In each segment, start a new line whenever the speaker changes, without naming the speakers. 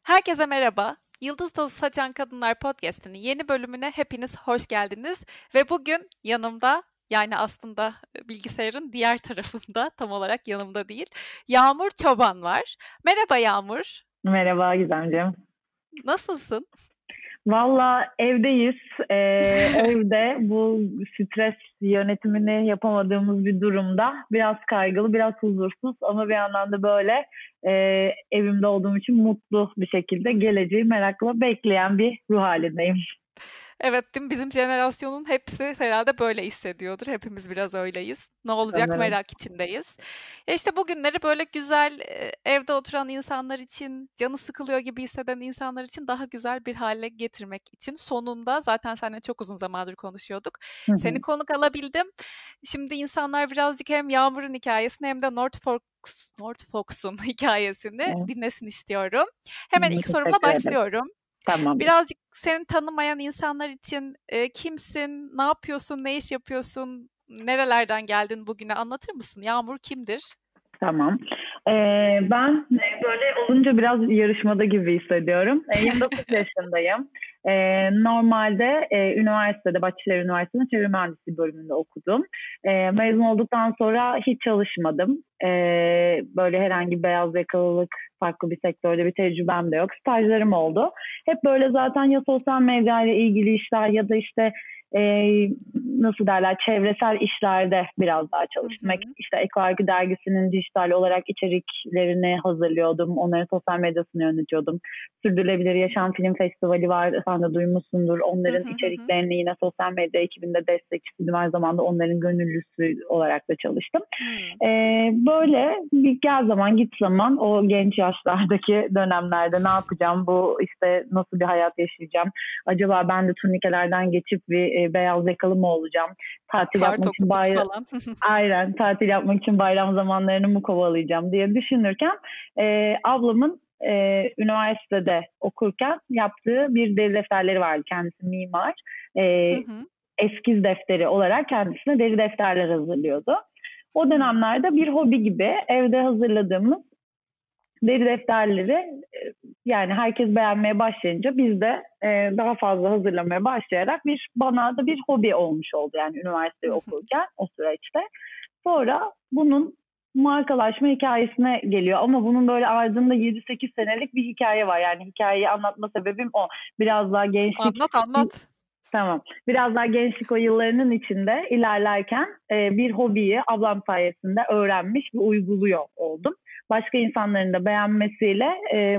Herkese merhaba. Yıldız Tozu Saçan Kadınlar Podcast'inin yeni bölümüne hepiniz hoş geldiniz. Ve bugün yanımda, yani aslında bilgisayarın diğer tarafında, tam olarak yanımda değil, Yağmur Çoban var. Merhaba Yağmur,
Merhaba Gizemciğim.
nasılsın?
Valla evdeyiz. Evde bu stres yönetimini yapamadığımız bir durumda. Biraz kaygılı, biraz huzursuz ama bir yandan da böyle evimde olduğum için mutlu bir şekilde geleceği merakla bekleyen bir ruh halindeyim.
Evet, değil mi? Bizim jenerasyonun hepsi herhalde böyle hissediyordur. Hepimiz biraz öyleyiz. Ne olacak
Sanırım.
merak içindeyiz. Ya işte bugünleri böyle güzel, evde oturan insanlar için, canı sıkılıyor gibi hisseden insanlar için daha güzel bir hale getirmek için sonunda zaten seninle çok uzun zamandır konuşuyorduk.
Hı
Seni
hı.
konuk alabildim. Şimdi insanlar birazcık hem Yağmur'un hikayesini hem de North Fox'un hikayesini
Evet.
dinlesin istiyorum. Hemen ilk sorumla
Teşekkür ederim.
başlıyorum.
Tamamdır.
Birazcık seni tanımayan insanlar için kimsin, ne yapıyorsun, ne iş yapıyorsun, nerelerden geldin bugüne anlatır mısın? Yağmur kimdir?
Tamam. Ben böyle olunca biraz yarışmada gibi hissediyorum. 29 yaşındayım. Normalde üniversitede, Bahçeşehir Üniversitesi'nde çevre mühendisliği bölümünde okudum.
Hı
Mezun
hı,
olduktan sonra hiç çalışmadım. Böyle herhangi beyaz yakalılık, farklı bir sektörde bir tecrübem de yok. Stajlarım oldu. Hep böyle zaten ya sosyal medya ile ilgili işler ya da işte e, nasıl derler çevresel işlerde biraz daha
hı
çalıştım.
hı,
İşte Ekoargı dergisinin dijital olarak içeriklerini hazırlıyordum. Onların sosyal medyasını yönetiyordum. Sürdürülebilir Yaşam Film Festivali var. Sen de duymuşsundur.
hı
Onların
hı, hı hı.
içeriklerini yine sosyal medya ekibinde destekçisiydim. Aynı zamanda onların gönüllüsü olarak da çalıştım.
Hmm.
Böyle bir gel zaman git zaman o genç yaşlardaki dönemlerde ne yapacağım, bu işte nasıl bir hayat yaşayacağım, acaba ben de turnikelerden geçip bir beyaz yakalı mı olacağım, tatil
Kart
yapmak için
okuduk falan.
aynen tatil yapmak için bayram zamanlarını mı kovalayacağım diye düşünürken ablamın üniversitede okurken yaptığı bir deri defterleri vardı. Kendisi mimar.
Hı
E,
hı,
Eskiz defteri olarak kendisine deri defterler hazırlıyordu. O
hmm.
dönemlerde bir hobi gibi evde hazırladığımız deri defterleri yani herkes beğenmeye başlayınca biz de daha fazla hazırlamaya başlayarak bana da bir hobi olmuş oldu yani
Hı
üniversiteyi
hı.
okurken o süreçte. Sonra bunun markalaşma hikayesine geliyor ama bunun böyle ardında 7-8 senelik bir hikaye var. Yani hikayeyi anlatma sebebim o. Biraz daha gençlik.
Anlat anlat.
Tamam. Biraz daha gençlik o yıllarının içinde ilerlerken bir
Hı hı,
hobiyi ablam sayesinde öğrenmiş ve uyguluyor oldum. Başka insanların da beğenmesiyle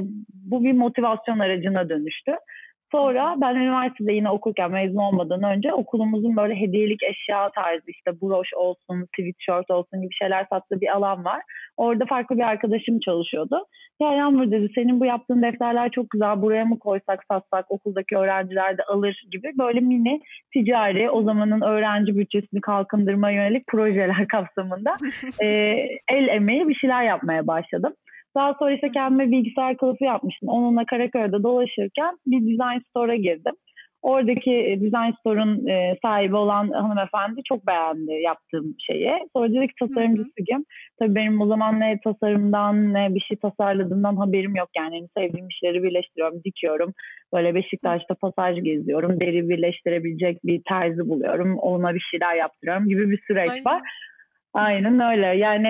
bu bir motivasyon aracına dönüştü.
hı
Sonra
hı,
ben üniversitede yine okurken mezun olmadan önce okulumuzun böyle hediyelik eşya tarzı işte broş olsun, sweatshirt olsun gibi şeyler sattığı bir alan var. Orada farklı bir arkadaşım çalışıyordu. Ya Yağmur dedi, senin bu yaptığın defterler çok güzel, buraya mı koysak satsak okuldaki öğrenciler de alır gibi böyle mini ticari, o zamanın öğrenci bütçesini kalkındırmaya yönelik projeler kapsamında e, el emeği bir şeyler yapmaya başladım. Daha sonra
hı
işte
hı,
kendime bilgisayar kılıfı yapmıştım. Onunla Karaköy'de dolaşırken bir design store'a girdim. Oradaki design store'un sahibi olan hanımefendi çok beğendi yaptığım şeyi. Sonra dedi ki
hı hı.
tasarımcısıyım. Tabii benim o zaman ne tasarımdan ne bir şey tasarladığımdan haberim yok. Yani sevdiğim işleri birleştiriyorum, dikiyorum. Böyle
Hı.
Beşiktaş'ta pasaj geziyorum. Deri birleştirebilecek bir terzi buluyorum. Ona bir şeyler yaptırıyorum gibi bir süreç var.
Ay. Hı hı.
Aynen öyle. Yani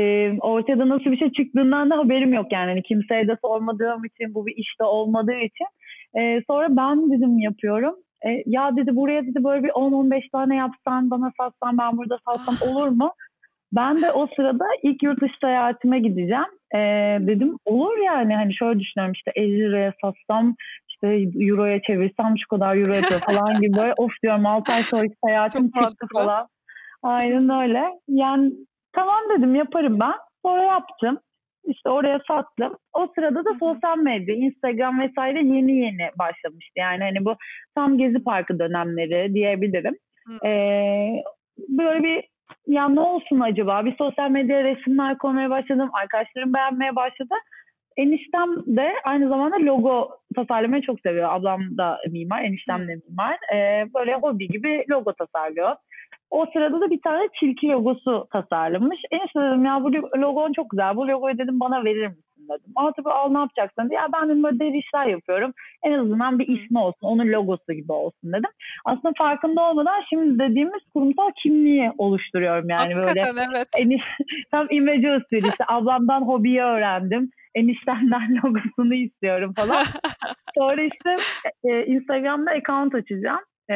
ortada nasıl bir şey çıktığından da haberim yok yani. Hani kimseye de sormadığım için, bu bir işte olmadığı için. Sonra ben dedim yapıyorum. Ya dedi buraya dedi böyle bir 10-15 tane yapsan, bana satsan, ben burada satsam olur
Ah.
mu? Ben de o sırada ilk yurt dışı seyahatime gideceğim.
Hı
Dedim
hı.
olur yani, hani şöyle düşünüyorum, işte 50 liraya satsam, işte euroya çevirsem şu kadar euro yapıyor falan gibi, böyle of diyorum, 6 ay sonraki seyahatim
Çok
çıktı
mantıklı.
falan. Aynen öyle. Yani tamam dedim, yaparım ben. Sonra yaptım. İşte oraya sattım. O sırada da
Hı hı.
sosyal medya, Instagram vesaire yeni yeni başlamıştı. Yani hani bu tam Gezi Parkı dönemleri diyebilirim.
Hı.
Ee, Böyle bir, ya ne olsun acaba? Bir sosyal medyaya resimler koymaya başladım. Arkadaşlarım beğenmeye başladı. Eniştem de aynı zamanda logo tasarlamayı çok seviyor. Ablam da mimar, eniştem de
Hı.
mimar. Böyle hobi gibi logo tasarlıyor. O sırada da bir tane tilki logosu tasarlamış. Enişte dedim, ya bu logon çok güzel. Bu logoyu dedim bana verir misin dedim. Aa tabii al ne yapacaksın diye. Ya ben dedim böyle deri işler yapıyorum. En azından bir
Hı.
ismi olsun. Onun logosu gibi olsun dedim. Aslında farkında olmadan şimdi dediğimiz kurumsal kimliği oluşturuyorum yani böyle.
Hakikaten evet.
Eniş, tam imece usulü işte ablamdan hobiyi öğrendim. Eniştemden logosunu istiyorum falan. Sonra işte Instagram'da account açacağım. E,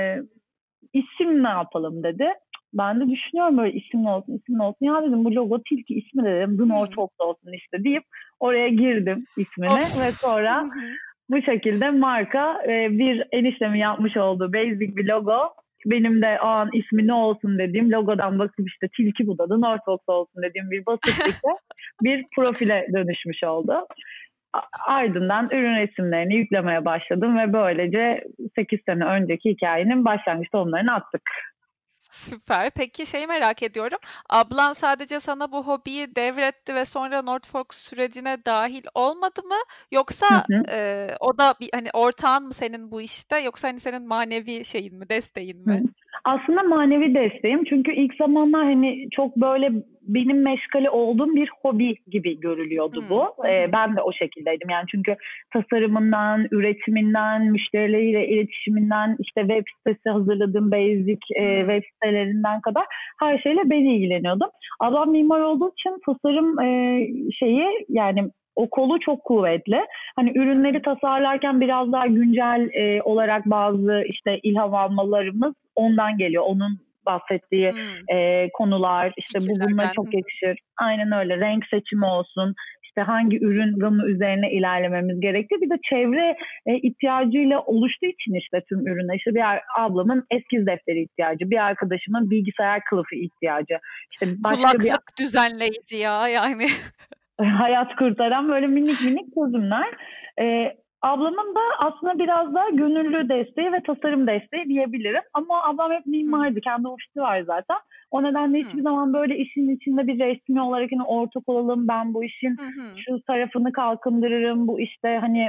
isim ne yapalım dedi. Ben de düşünüyorum böyle isim ne olsun, isim ne olsun. Ya dedim bu logo tilki ismi de dedim. The North
Hı.
Fox olsun işte deyip oraya girdim ismini ve
Of. Hı
sonra
hı.
bu şekilde marka bir eniştemin yapmış olduğu basic bir logo. Benim de o an ismi ne olsun dediğim logodan bakıp işte tilki bu da The North Fox olsun dediğim bir basitlikle bir profile dönüşmüş oldu. Ardından ürün resimlerini yüklemeye başladım ve böylece 8 sene önceki hikayenin başlangıç tohumlarını attık.
Süper. Peki şeyi merak ediyorum. Ablan sadece sana bu hobiyi devretti ve sonra Norfolk sürecine dahil olmadı mı? Yoksa
Hı hı.
o da bir hani ortağın mı senin bu işte yoksa hani senin manevi şeyin mi, desteğin
Hı.
mi?
Aslında manevi desteğim çünkü ilk zamanlar hani çok böyle benim meşgale olduğum bir hobi gibi görülüyordu
Hı
bu.
hı hı.
Ben de o şekildeydim yani çünkü tasarımından, üretiminden, müşterileriyle iletişiminden, işte web sitesi hazırladığım basic
Hı.
web sitelerinden kadar her şeyle ben ilgileniyordum. Ablam mimar olduğu için tasarım şeyi yani o kolu çok kuvvetli. Hani
Hı
ürünleri
hı.
tasarlarken biraz daha güncel olarak bazı işte ilham almalarımız ondan geliyor. Onun bahsettiği
Hı.
konular işte bu bununla
Fikirlerden. Hı
çok
hı.
yakışır. Aynen öyle renk seçimi olsun. İşte hangi ürün gamı üzerine ilerlememiz gerektiği bir de çevre ihtiyacıyla oluştuğu için işte tüm ürünler. İşte bir ablamın eskiz defteri ihtiyacı, bir arkadaşımın bilgisayar kılıfı ihtiyacı. İşte başka bir
Kulaklık düzenleyici ya yani.
hayat kurtaran böyle minik minik çözümler. Ablamın da aslında biraz daha gönüllü desteği ve tasarım desteği diyebilirim. Ama ablam hep
Hı
mimardı. Kendi ofisi var zaten. O nedenle hiçbir
hı.
zaman böyle işin içinde bir resmi olarak hani ortak olalım. Ben bu işin
Hı hı.
şu tarafını kalkındırırım. Bu işte hani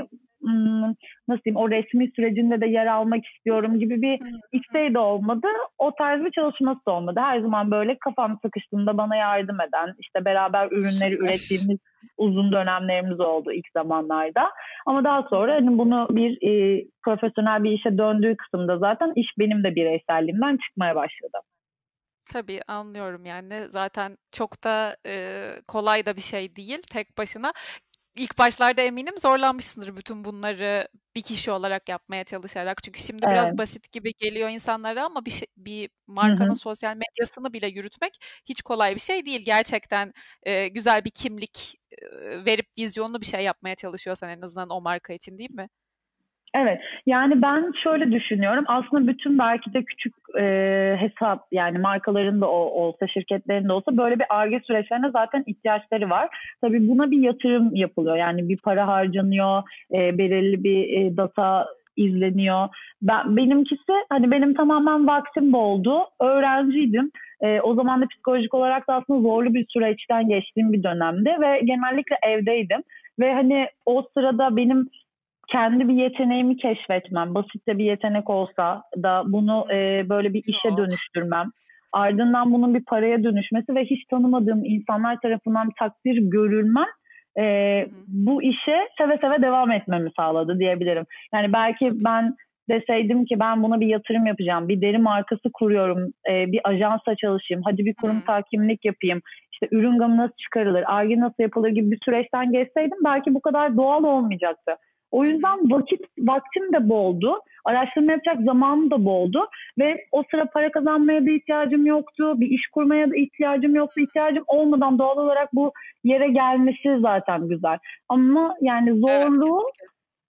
nasıl diyeyim o resmi sürecinde de yer almak istiyorum gibi bir
Hı hı.
isteği de olmadı. O tarz bir çalışması da olmadı. Her zaman böyle kafam sıkıştığında bana yardım eden, işte beraber ürünleri
Süper.
ürettiğimiz uzun dönemlerimiz oldu ilk zamanlarda. Ama daha
Hı
sonra
hı.
hani bunu bir profesyonel bir işe döndüğü kısımda zaten iş benim de bireyselliğimden çıkmaya başladı.
Tabii anlıyorum yani zaten çok da kolay da bir şey değil tek başına. İlk başlarda eminim zorlanmışsındır bütün bunları bir kişi olarak yapmaya çalışarak. Çünkü şimdi biraz
Evet.
basit gibi geliyor insanlara ama bir
Hı
markanın
hı.
sosyal medyasını bile yürütmek hiç kolay bir şey değil. Gerçekten güzel bir kimlik verip vizyonlu bir şey yapmaya çalışıyorsan en azından o marka için değil mi?
Evet, yani ben şöyle düşünüyorum. Aslında bütün belki de küçük hesap yani markaların da olsa şirketlerin de olsa böyle bir Ar-Ge süreçlerine zaten ihtiyaçları var. Tabii buna bir yatırım yapılıyor. Yani bir para
Hı hı.
harcanıyor, belirli bir data izleniyor. Benimkisi hani benim tamamen vaktim boldu. Öğrenciydim. O zaman da psikolojik olarak da aslında zorlu bir süreçten geçtiğim bir dönemde ve genellikle evdeydim. Ve hani o sırada benim kendi bir yeteneğimi keşfetmem, basit de bir yetenek olsa da bunu
Hı.
böyle bir işe
Yo.
dönüştürmem, ardından bunun bir paraya dönüşmesi ve hiç tanımadığım insanlar tarafından takdir görülmem
Hı hı.
bu işe seve seve devam etmemi sağladı diyebilirim. Yani belki
Tabii.
ben deseydim ki ben buna bir yatırım yapacağım, bir deri markası kuruyorum, bir ajansa çalışayım, hadi bir
Hı.
kurumsal kimlik yapayım, işte ürün gamı nasıl çıkarılır, Ar-Ge nasıl yapılır gibi bir süreçten geçseydim belki bu kadar doğal olmayacaktı. O
Hı hı.
yüzden vaktim de boldu. Araştırma yapacak zamanım da boldu. Ve o sıra para kazanmaya da ihtiyacım yoktu. Bir iş kurmaya da ihtiyacım yoktu. İhtiyacım olmadan doğal olarak bu yere gelmesi zaten güzel. Ama yani
Evet kesinlikle.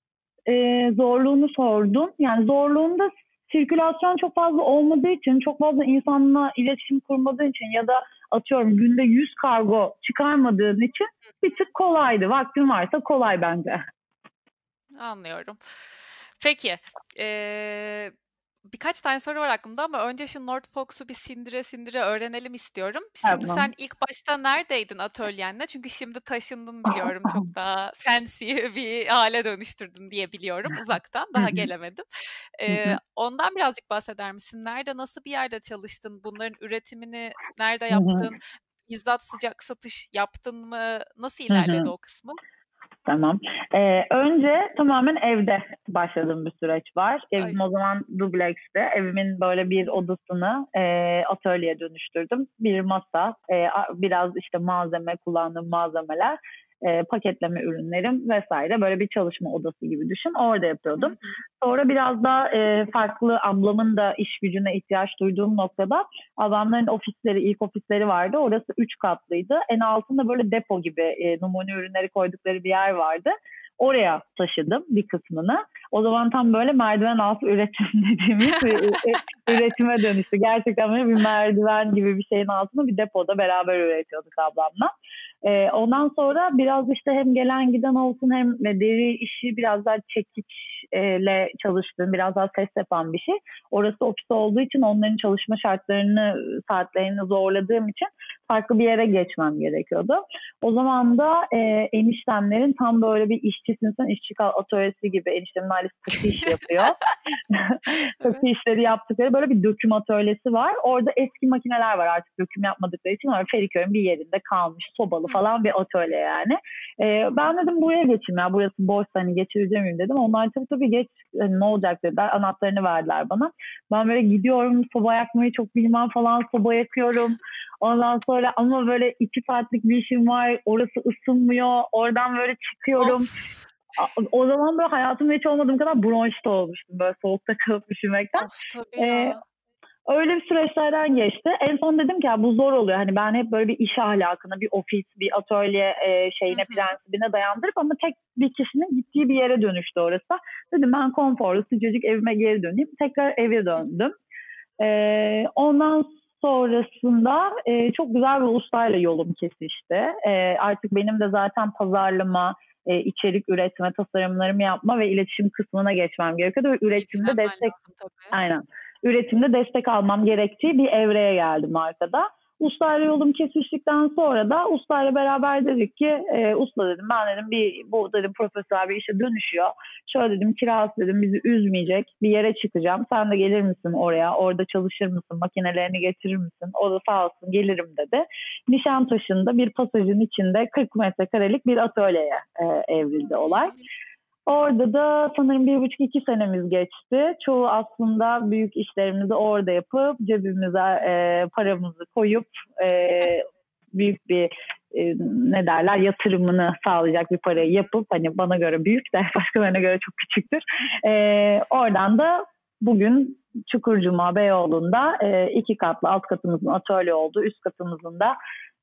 zorluğunu sordum. Yani zorluğunda sirkülasyon çok fazla olmadığı için, çok fazla insanla iletişim kurmadığın için ya da atıyorum günde 100 kargo çıkarmadığın için bir tık kolaydı. Vaktin varsa kolay bence.
Anlıyorum. Peki, eee, birkaç tane soru var aklımda ama önce şu North Fox'u bir sindire sindire öğrenelim istiyorum. Şimdi
Tamam.
sen ilk başta neredeydin atölyenle? Çünkü şimdi taşındın biliyorum çok daha fancy bir hale dönüştürdün diye biliyorum. Uzaktan
Hı
daha
hı,
gelemedim.
hı hı,
Ondan birazcık bahseder misin? Nerede, nasıl bir yerde çalıştın? Bunların üretimini nerede
hı hı.
yaptın? bizzat sıcak satış yaptın mı? Nasıl
Hı
ilerledi
hı.
o kısmı?
Tamam. Önce tamamen evde başladığım bir süreç var.
Ay.
Evim o zaman dubleksti. Evimin böyle bir odasını atölyeye dönüştürdüm. Bir masa, biraz işte malzeme, kullandığım malzemeler, paketleme ürünlerim vesaire. Böyle bir çalışma odası gibi düşün. Orada
Hı
yapıyordum.
hı.
Sonra biraz da farklı, ablamın da iş gücüne ihtiyaç duyduğum noktada ablamların ofisleri, ilk ofisleri vardı. Orası 3 katlıydı. En altında böyle depo gibi numune ürünleri koydukları bir yer vardı. Oraya taşıdım bir kısmını. O zaman tam böyle merdiven altı üretim dediğimiz bir üretime dönüştü. Gerçekten böyle bir merdiven gibi bir şeyin altında bir depoda beraber üretiyorduk ablamla. Ondan sonra biraz işte hem gelen giden olsun hem deri işi biraz daha çekiçle çalıştığım, biraz daha ses yapan bir şey. Orası ofis olduğu için onların çalışma şartlarını, saatlerini zorladığım için farklı bir yere geçmem gerekiyordu. O zaman da eniştemlerin tam böyle bir işçisin sen, işçi atölyesi gibi, eniştemin ailesi takı işi yapıyor. Takı
Evet.
işleri yaptıkları böyle bir döküm atölyesi var. Orada eski makineler var, artık döküm yapmadıkları için var. Feriköy'ün bir yerinde kalmış sobalı
Hı
falan bir atölye yani. Ben dedim buraya geçeyim ya, burası boş, hani geçireceğim miyim dedim. Onlar tabii geç, hani ne olacak dediler, anahtarını verdiler bana. Ben böyle gidiyorum, soba yakmayı çok bilmem falan, soba yakıyorum. Ondan sonra ama böyle 2 saatlik bir işim var, orası ısınmıyor, oradan böyle çıkıyorum.
Of.
O zaman böyle hayatımda hiç olmadığım kadar bronşta olmuştum, böyle soğukta kalıp üşümekten.
Of tabii
Ee,
ya.
Öyle bir süreçlerden geçti. En son dedim ki ya bu zor oluyor. Hani ben hep böyle bir iş ahlakına, bir ofis, bir atölye
Hı
şeyine,
hı.
prensibine dayandırıp ama tek bir kişinin gittiği bir yere dönüştü orası. Dedim ben konforlu, sıcacık evime geri döneyim. Tekrar eve döndüm. Ondan sonrasında çok güzel bir ustayla yolum kesişti. Artık benim de zaten pazarlama, içerik üretme, tasarımlarımı yapma ve iletişim kısmına geçmem gerekiyordu. Ve üretimde
İlgilenmen
destek,
lazım tabii.
aynen, üretimde destek almam gerektiği bir evreye geldim arkada. Ustayla yolum kesiştikten sonra da ustayla beraber dedik ki usta dedim, ben dedim bu dedim profesyonel bir işe dönüşüyor. Şöyle dedim, kirası dedim bizi üzmeyecek bir yere çıkacağım. Sen de gelir misin oraya? Orada çalışır mısın? Makinelerini getirir misin? O da sağ olsun gelirim dedi. Nişantaşı'nda bir pasajın içinde 40 metrekarelik bir atölyeye evrildi olay.
Ay.
Orada da sanırım 1,5-2 senemiz geçti. Çoğu aslında büyük işlerimizi orada yapıp cebimize paramızı koyup e, büyük bir ne derler, yatırımını sağlayacak bir
Hı
parayı
hı.
yapıp, hani bana göre büyük de başkalarına göre çok küçüktür. Oradan da bugün Çukurcuma Beyoğlu'nda 2 katlı, alt katımızın atölye olduğu, üst katımızın da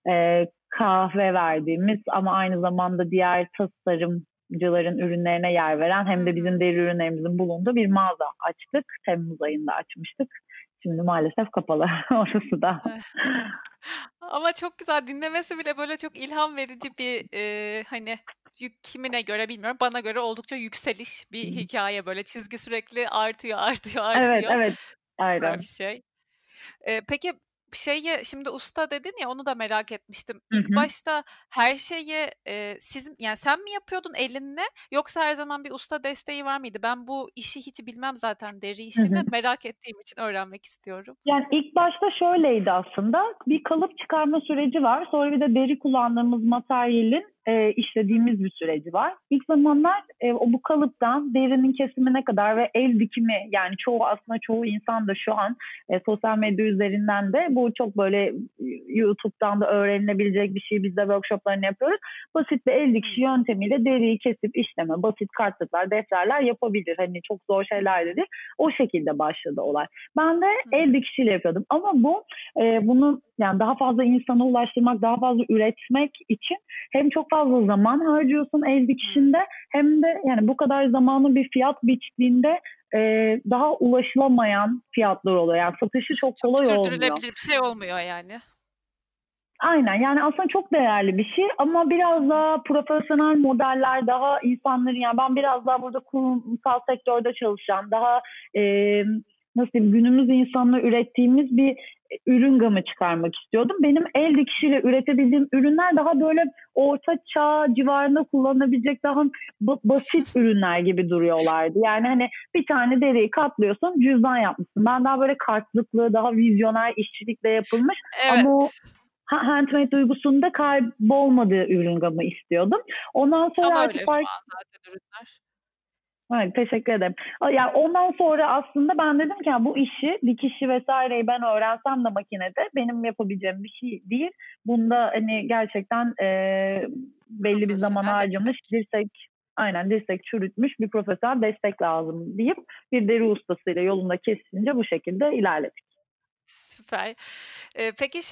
kahve verdiğimiz ama aynı zamanda diğer tasarımcıların ürünlerine yer veren,
Hı
hem de bizim
hı.
deri ürünlerimizin bulunduğu bir mağaza açtık. Temmuz ayında açmıştık. Şimdi maalesef kapalı orası da.
Eh. Ama çok güzel, dinlemesi bile böyle çok ilham verici bir hani kimine göre bilmiyorum, bana göre oldukça yükseliş bir hikaye, böyle çizgi sürekli artıyor artıyor
Evet,
artıyor.
evet.
Süper
Aynen.
bir şey. Peki şeyi, şimdi usta dedin ya, onu da merak etmiştim.
Hı
İlk
hı.
başta her şeyi sizin, yani sen mi yapıyordun elinle, yoksa her zaman bir usta desteği var mıydı? Ben bu işi hiç bilmem zaten, deri
Hı hı.
işini merak ettiğim için öğrenmek istiyorum.
Yani ilk başta şöyleydi aslında. Bir kalıp çıkarma süreci var. Sonra bir de deri kullandığımız materyalin
Hı hı.
işlediğimiz bir süreci var. İlk zamanlar bu kalıptan derinin kesimine kadar ve el dikimi, yani çoğu insan da şu an sosyal medya üzerinden de bu çok böyle YouTube'dan da öğrenilebilecek bir şey. Biz de workshoplarını yapıyoruz. Basit bir el
Hı
dikişi yöntemiyle deriyi kesip işleme, basit kartlıklar, defterler yapabilir. Hani çok zor
hı.
şeyler de değil. O şekilde başladı olay. Ben de
Hı
el
hı.
dikişiyle yapıyordum. Ama bunu yani daha fazla insana ulaştırmak, daha fazla üretmek için hem çok fazla zaman harcıyorsun el
Hı.
dikişinde, hem de yani bu kadar zamanı bir fiyat biçtiğinde daha ulaşılamayan fiyatlar oluyor. Yani satışı çok
Çok
kolay olmuyor.
sürdürülebilir bir şey olmuyor yani.
Aynen, yani aslında çok değerli bir şey ama
Hı
biraz
hı.
daha profesyonel modeller, daha insanların, yani ben biraz daha burada kurumsal sektörde çalışan, daha e, nasıl diyeyim, günümüz insanla ürettiğimiz bir ürün gamı çıkarmak istiyordum. Benim el dikişiyle üretebildiğim ürünler daha böyle orta çağ civarında kullanabilecek daha basit ürünler gibi duruyorlardı. Yani hani bir tane deriyi katlıyorsun, cüzdan yapmışsın. Ben daha böyle kartlıklı, daha vizyoner işçilikle yapılmış ama o
Evet.
handmade duygusunda kaybolmadığı ürün gamı istiyordum. Ondan
Tam
sonra
öyle
artık
şu an zaten ürünler.
evet, teşekkür ederim. Yani ondan sonra aslında ben dedim ki ya bu işi, dikişi vesaireyi ben öğrensem de makinede benim yapabileceğim bir şey değil. Bunda hani gerçekten belli bir zaman
Profesyonel
harcamış,
destek.
dirsek çürütmüş bir profesyonel destek lazım deyip bir deri ustasıyla yolunda kesince bu şekilde ilerledik.
Süper. Peki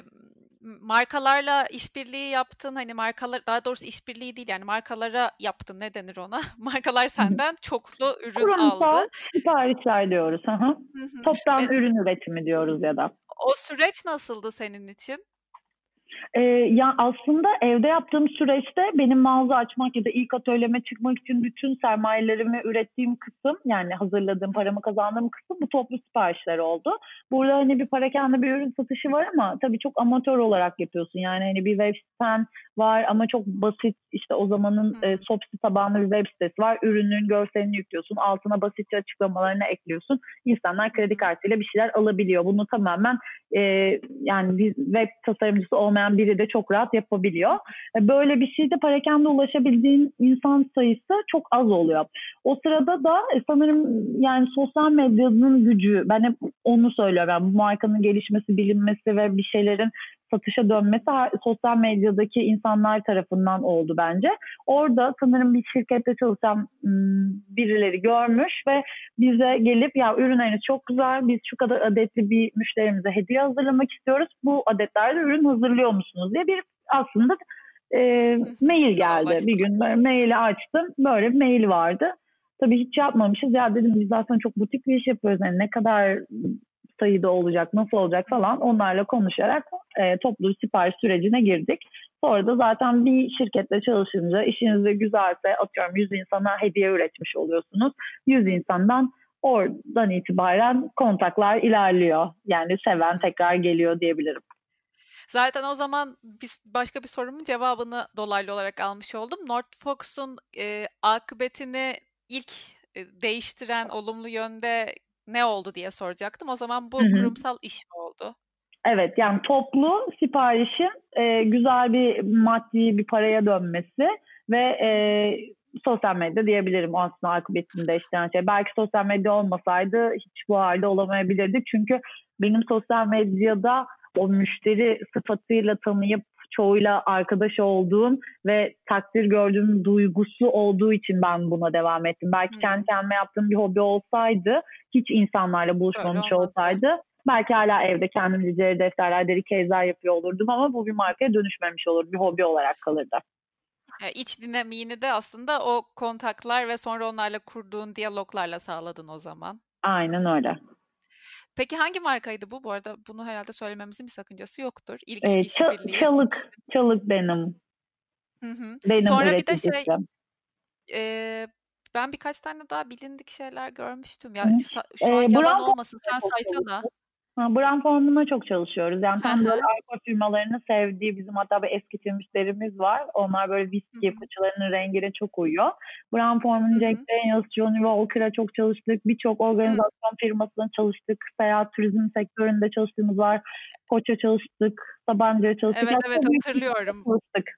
markalarla işbirliği yaptın. Hani markalar, daha doğrusu işbirliği değil yani markalara yaptın. Ne denir ona? Markalar senden çoklu ürün aldı.
Kurumsal siparişler diyoruz. Hı hı.
Hı hı.
Toptan ürün üretimi diyoruz ya da.
O süreç nasıldı senin için?
Ya aslında evde yaptığım süreçte benim mağaza açmak ya da ilk atölyeme çıkmak için bütün sermayelerimi ürettiğim kısım, yani hazırladığım,
Hı
paramı kazandığım kısım bu toplu siparişler oldu. Burada hani bir parakende bir ürün satışı var ama tabii çok amatör olarak yapıyorsun. Yani hani bir web siten var ama çok basit, işte o zamanın
hı.
Shopsy tabanlı bir web sitesi var. Ürünün görselini yüklüyorsun, altına basitçe açıklamalarını ekliyorsun. İnsanlar
Hı
kredi
hı.
kartıyla bir şeyler alabiliyor. Bunu tamamen e, yani bir web tasarımcısı olmayan biri de çok rahat yapabiliyor. Böyle bir şeyde parakende ulaşabildiğin insan sayısı çok az oluyor. O sırada da sanırım yani sosyal medyanın gücü, ben hep onu söylüyorum. Yani bu markanın gelişmesi, bilinmesi ve bir şeylerin satışa dönmesi sosyal medyadaki insanlar tarafından oldu bence. Orada sanırım bir şirkette çalışan birileri görmüş ve bize gelip ya ürünleriniz çok güzel, biz şu kadar adetli bir müşterimize hediye hazırlamak istiyoruz, bu adetlerde ürün hazırlıyor musunuz diye bir aslında
Hı hı.
mail
Sana
geldi. Bir
ulaştılar.
gün böyle maili açtım, böyle bir mail vardı. Tabii hiç yapmamışız. Ya dedim biz zaten çok butik bir iş yapıyoruz. Yani ne kadar sayıda olacak, nasıl olacak
Hı
falan
hı.
onlarla konuşarak toplu sipariş sürecine girdik. Sonra da zaten bir şirketle çalışınca işiniz de güzelse atıyorum 100 insana hediye üretmiş oluyorsunuz. 100
Hı hı.
insandan oradan itibaren kontaklar ilerliyor. Yani
Hı
seven
hı.
tekrar geliyor diyebilirim.
Zaten o zaman başka bir sorumun cevabını dolaylı olarak almış oldum. Fox'un akıbetini ilk değiştiren olumlu yönde ne oldu diye soracaktım. O zaman
Hı
bu
hı.
kurumsal iş mi oldu?
Evet, yani toplu siparişin güzel bir maddi bir paraya dönmesi ve
Hı hı.
sosyal medya diyebilirim o aslında akıbetini değiştiren şey. Belki sosyal medya olmasaydı hiç bu halde olamayabilirdik. Çünkü benim sosyal medyada o müşteri sıfatıyla tanıyıp çoğuyla arkadaş olduğum ve takdir gördüğüm duygusu olduğu için ben buna devam ettim. Belki kendi
Hmm,
kendime yaptığım bir hobi olsaydı, hiç insanlarla
böyle
buluşmamış
olmazdı.
olsaydı belki hala evde kendim dizleri, defterler, deri kezler yapıyor olurdum ama bu bir markaya dönüşmemiş olur. Bir hobi olarak kalırdı.
İç dinamiğini de aslında o kontaklar ve sonra onlarla kurduğun diyaloglarla sağladın o zaman.
Aynen öyle.
Peki hangi markaydı bu? Bu arada bunu herhalde söylememizin bir sakıncası yoktur. İlk
Ee,
işbirliği.
çalık benim.
Hı hı.
Benim
Sonra bir de
üreticisi.
Eee, ben birkaç tane daha bilindik şeyler görmüştüm.
Hı.
Ya şu an yalan
Brown
olmasın sen
çok
saysana.
çalışıyoruz. Brown formuna çok çalışıyoruz. Yani
Hı
tam böyle
hı.
alkol firmalarının sevdiği bizim hatta bir eski müşterimiz var. Onlar böyle
Hı
viski
hı.
fıçılarının rengine çok uyuyor. Brown Forman,
Hı
Jack
hı.
Daniels, Johnny Walker'a çok çalıştık. Birçok
Hı.
organizasyon firmasına çalıştık. Seyahat turizm sektöründe çalıştığımız var. Koç'a çalıştık. Sabancı'ya çalıştık.
Evet evet
Aslında büyük bir şirkette
hatırlıyorum.
çalıştık.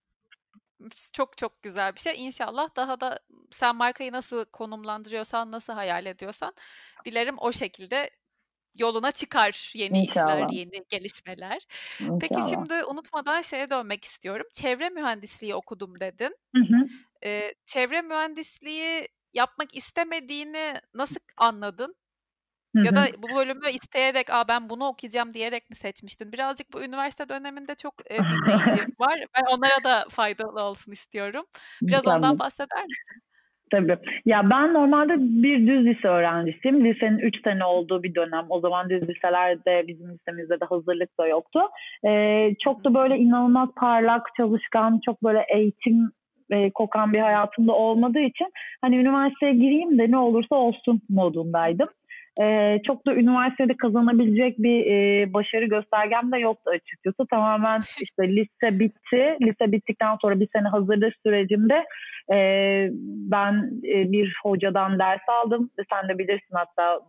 Çok çok güzel bir şey. İnşallah daha da sen markayı nasıl konumlandırıyorsan, nasıl hayal ediyorsan dilerim o şekilde yoluna çıkar yeni işler,
İnşallah.
yeni gelişmeler. Peki
İnşallah.
şimdi unutmadan şeye dönmek istiyorum. Çevre mühendisliği okudum dedin.
Hı hı.
Çevre mühendisliği yapmak istemediğini nasıl anladın?
Hı
Ya da
hı.
bu bölümü isteyerek, ben bunu okuyacağım diyerek mi seçmiştin? Birazcık bu üniversite döneminde çok dinleyici var. Ben onlara da faydalı olsun istiyorum. Biraz ondan
Mükemmel.
bahseder misin?
Tabii. Ya ben normalde bir düz lise öğrencisiyim. Lisenin 3 sene olduğu bir dönem. O zaman düz liselerde bizim lisemizde de hazırlık da yoktu.
Hı
Çok
hı.
da böyle inanılmaz parlak, çalışkan, çok böyle eğitim kokan bir hayatımda olmadığı için hani üniversiteye gireyim de ne olursa olsun modundaydım. Çok da üniversitede kazanabilecek bir başarı göstergem de yoktu açıkçası. Tamamen işte lise bitti. Lise bittikten sonra bir sene hazırlık sürecimde e, ben bir hocadan ders aldım. Sen de bilirsin hatta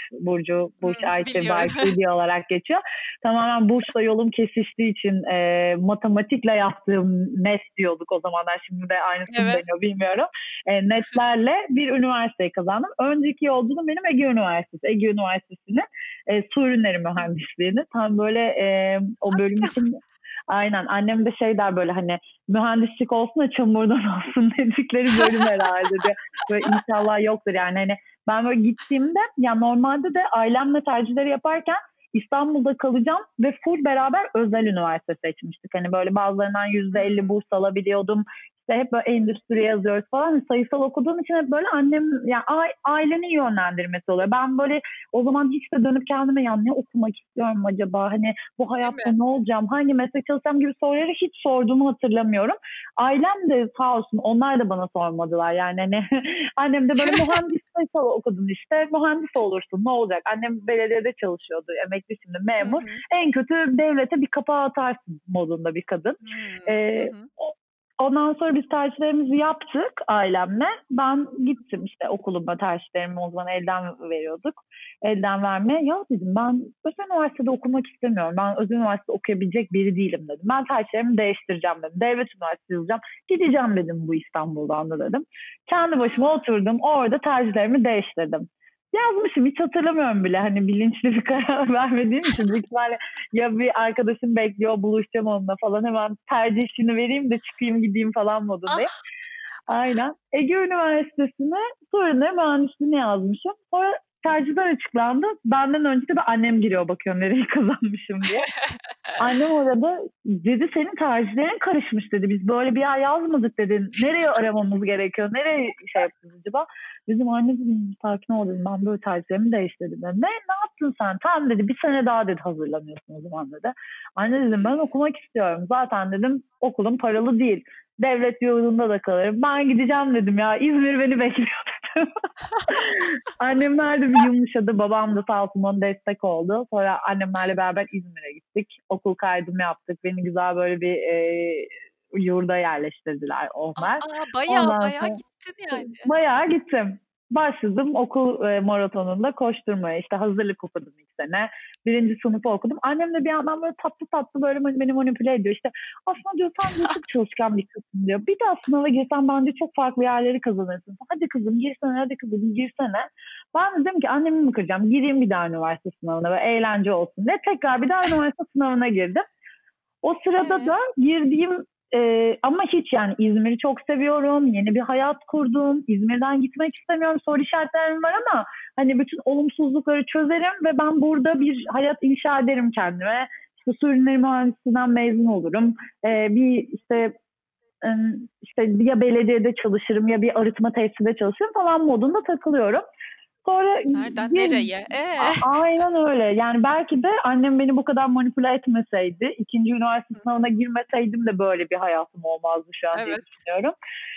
Burç Ayçi
Biliyorum.
Barkili olarak geçiyor. Tamamen bursla yolum kesiştiği için matematikle yaptığım net diyorduk o zamanlar. Şimdi de aynısı mı
Evet.
deniyor bilmiyorum. Netlerle bir üniversiteyi kazandım. Önceki yolculuğum benim Ege Üniversitesi. Ege Üniversitesi'nin su ürünleri mühendisliğini. Tam böyle o bölüm
Harika.
için aynen annem de şey der böyle hani mühendislik olsun da çamurdan olsun dedikleri bölüm herhalde diyor. Böyle inşallah yoktur yani hani ben böyle gittiğimde ya normalde de ailemle tercihleri yaparken İstanbul'da kalacağım ve full beraber özel üniversite seçmiştik. Hani böyle bazılarından %50
Hmm.
burs alabiliyordum. İşte hep böyle endüstri yazıyoruz falan. Sayısal okuduğum için hep böyle annem yani ailenin yönlendirmesi oluyor. Ben böyle o zaman hiç de dönüp kendime ya ne okumak istiyorum acaba? Hani bu
Değil
hayatta
mi?
ne olacağım? Hangi meslek çalışacağım gibi soruları hiç sorduğumu hatırlamıyorum. Ailem de sağ olsun onlar da bana sormadılar. Yani hani annem de böyle mühendis sayısal okudun işte mühendis olursun ne olacak? Annem belediyede çalışıyordu emekli şimdi
Hı
memur.
hı.
En kötü devlete bir kapağı atarsın modunda bir kadın.
Hı
Ee,
hı.
Ondan sonra biz tercihlerimizi yaptık ailemle. Ben gittim işte okuluma tercihlerimi o zaman elden veriyorduk. Elden vermeye. Ya dedim ben özel üniversitede okumak istemiyorum. Ben özel üniversitede okuyabilecek biri değilim dedim. Ben tercihlerimi değiştireceğim dedim. Devlet üniversitesi yazacağım. Gideceğim dedim bu İstanbul'dan da dedim. Kendi başıma
Aa,
oturdum. Orada tercihlerimi değiştirdim. Yazmışım hiç hatırlamıyorum bile hani bilinçli bir karar vermediğim için büyük ihtimalle ya bir arkadaşım bekliyor buluşacağım onunla falan hemen tercih işini vereyim de çıkayım gideyim falan modundayım.
ah,
Aynen. Ege Üniversitesi'ne sonra mühendisliğini yazmışım. Sonra tercihler açıklandı. Benden önce de annem giriyor bakıyor nereyi kazanmışım diye. Annem orada dedi senin tercihlerin karışmış dedi. Biz böyle bir yer yazmadık dedi. Nereye aramamız gerekiyor? Nereye şey yapacağız acaba? Bizim anne dedim sakin ol dedim. Ben böyle tercihlerimi değiştirdim dedim. Ne yaptın sen? Tamam dedi bir sene daha dedi hazırlanıyorsun o zaman dedi. Anne dedim ben okumak istiyorum. Zaten dedim okulum paralı değil. Devlet yurdunda da kalırım. Ben gideceğim dedim ya. İzmir beni bekliyor dedim. Annemler de bir yumuşadı. Babam da sağ olsun ona destek oldu. Sonra annemlerle beraber İzmir'e gittik. Okul kaydımı yaptık. Beni güzel böyle bir yurda yerleştirdiler onlar.
baya
Ondan
baya
sonra
gittin yani.
bayağı gittim. Başladım okul maratonunda koşturmaya. İşte hazırlık okudum ilk sene. Birinci sınıfı okudum. Annem de bir yandan böyle tatlı tatlı böyle beni manipüle ediyor. İşte aslında diyor sen diyor çok çalışkan bir kızsın diyor. Bir daha sınava girsen bence çok farklı yerleri kazanırsın. Hadi kızım girsene hadi kızım girsene. Ben de dedim ki annemi mi kıracağım? Gireyim bir daha üniversite sınavına ve eğlence olsun diye. Tekrar bir daha üniversite sınavına girdim. O sırada
Ee,
da girdiğim ama hiç yani İzmir'i çok seviyorum. Yeni bir hayat kurdum. İzmir'den gitmek istemiyorum. Soru işaretlerim var ama hani bütün olumsuzlukları çözerim ve ben burada bir hayat inşa ederim kendime. İşte su ürünleri mühendisliğinden mezun olurum. Bir e, işte ya belediyede çalışırım ya bir arıtma tesisinde çalışırım falan modunda takılıyorum. Sonra
nereden
bir
nereye?
aynen öyle. Yani belki de annem beni bu kadar manipüle etmeseydi, ikinci üniversite
Hı
sınavına
hı.
girmeseydim de böyle bir hayatım olmazdı şu an diye
Evet.
düşünüyorum.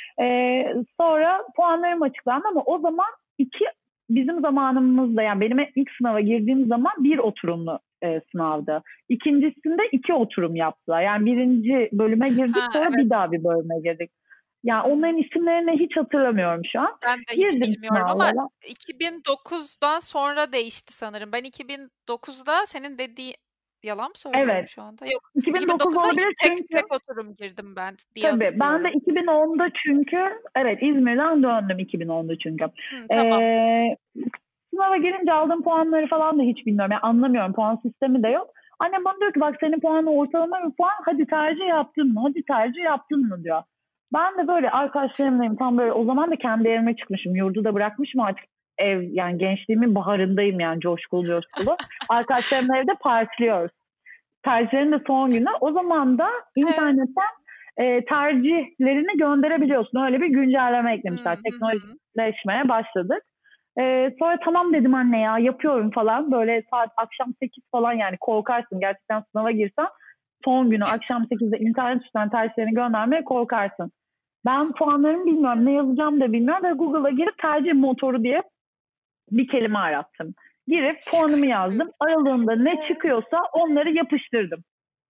Sonra puanlarım açıklandı ama o zaman bizim zamanımızda yani benim ilk sınava girdiğim zaman bir oturumlu sınavdı. İkincisinde iki oturum yaptılar. Yani birinci bölüme girdik
Ha,
sonra bir
evet.
daha bir bölüme girdik. Yani
Hı hı.
onların isimlerini hiç hatırlamıyorum şu an.
Ben de hiç
Girdim
bilmiyorum ama
sınavlara.
2009'dan sonra değişti sanırım. Ben 2009'da senin dediği yalan mı söylüyorum
Evet.
şu anda? Yok.
2009
2009'da
olabilir
tek
çünkü
tek oturum girdim ben diye
tabii ben de
hatırlıyorum.
2010'da çünkü evet İzmir'den döndüm 2010'da çünkü.
Hı, tamam.
Ee, Sınava girince aldığım puanları falan da hiç bilmiyorum. Yani anlamıyorum. Puan sistemi de yok. Annem bana diyor ki bak senin puanın ortalama bir puan. Hadi tercih yaptın mı? Hadi tercih yaptın mı diyor. Ben de böyle arkadaşlarımlayım. Tam böyle o zaman da kendi evime çıkmışım. Yurdu da bırakmışım artık ev yani gençliğimin baharındayım yani coşkulu coşkulu. Arkadaşlarımla evde partiliyoruz. Tercihlerin de son günü. O zaman da
Ee,
internetten tercihlerini gönderebiliyorsun. Öyle bir güncelleme
hı
eklemişler.
hı hı.
Teknolojileşmeye başladık. Sonra tamam dedim anne ya yapıyorum falan. Böyle saat akşam 8 falan yani korkarsın. Gerçekten sınava girsen son günü akşam 8'de internet üstünden tercihlerini göndermeye korkarsın. Ben puanlarımı bilmiyorum. Ne yazacağım da bilmiyorum. Ve Google'a girip tercih motoru diye bir kelime arattım. Girip
Şaka
puanımı yazdım.
yapıyorsun.
Aralığında ne çıkıyorsa onları yapıştırdım.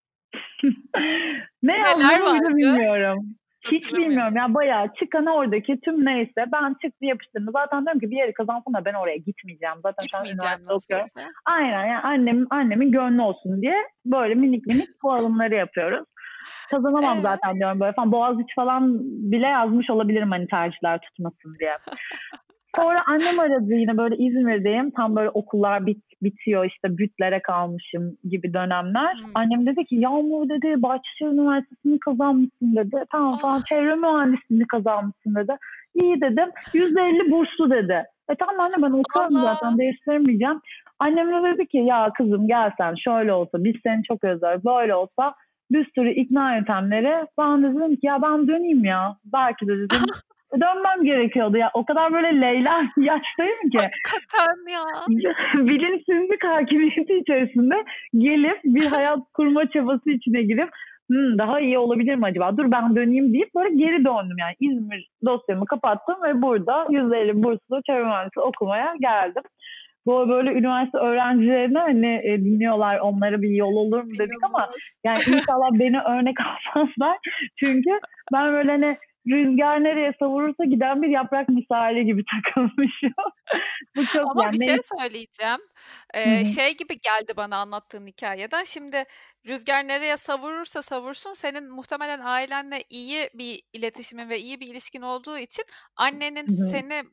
Ne
Neler
yazdığımı bile
vardı?
bilmiyorum. Hiç bilmiyorum
Hatırlamıyorsun.
ya, bayağı çıkan oradaki tüm neyse ben çıktı yapıştırdım. Zaten diyorum ki bir yeri kazansam da ben oraya gitmeyeceğim. Zaten şu an
Gitmeyeceğim
üniversite
nasıl
okuyorum.
olsa.
Aynen, yani annemin gönlü olsun diye böyle minik minik bu alımları yapıyoruz. Kazanamam
Ee,
zaten diyorum böyle falan. Boğaziçi falan bile yazmış olabilirim hani tercihler tutmasın diye. Sonra annem aradı yine, böyle İzmir'deyim. Tam böyle okullar bitiyor, işte bütlere kalmışım gibi dönemler.
hmm.
Annem dedi ki Yağmur dedi Bahçeşehir Üniversitesi'ni kazanmışsın dedi. Tamam falan,
Ah,
çevre mühendisliğini kazanmışsın dedi. İyi dedim. %50 burslu dedi. Tamam anne, ben okuyorum
Allah.
zaten, değiştirmeyeceğim. Annem de dedi ki ya kızım gel sen, şöyle olsa biz seni çok özleriz, böyle olsa, bir sürü ikna yöntemleri. Ben de dedim ki ya ben döneyim ya. Belki de dedim dönmem gerekiyordu. Ya o kadar böyle Leyla yaştayım ki
Hakikaten ya.
bilinçsizlik hakimiyeti içerisinde gelip bir hayat kurma çabası içine girip daha iyi olabilir mi acaba? Dur ben döneyim deyip böyle geri döndüm yani. İzmir dosyamı kapattım ve burada %50 burslu çevre mühendisliği okumaya geldim. Bu böyle üniversite öğrencilerine hani dinliyorlar, onlara bir yol olur mu dedik ama
İnanılmaz.
yani inşallah beni örnek almazlar. Çünkü ben böyle hani rüzgar nereye savurursa giden bir yaprak misali gibi takılmışım. Bu çok
Ama bir
yani
şey
neyse.
söyleyeceğim.
Hı hı.
Şey gibi geldi bana anlattığın hikayeden. Şimdi rüzgar nereye savurursa savursun senin muhtemelen ailenle iyi bir iletişimin ve iyi bir ilişkin olduğu için annenin
Hı hı.
seni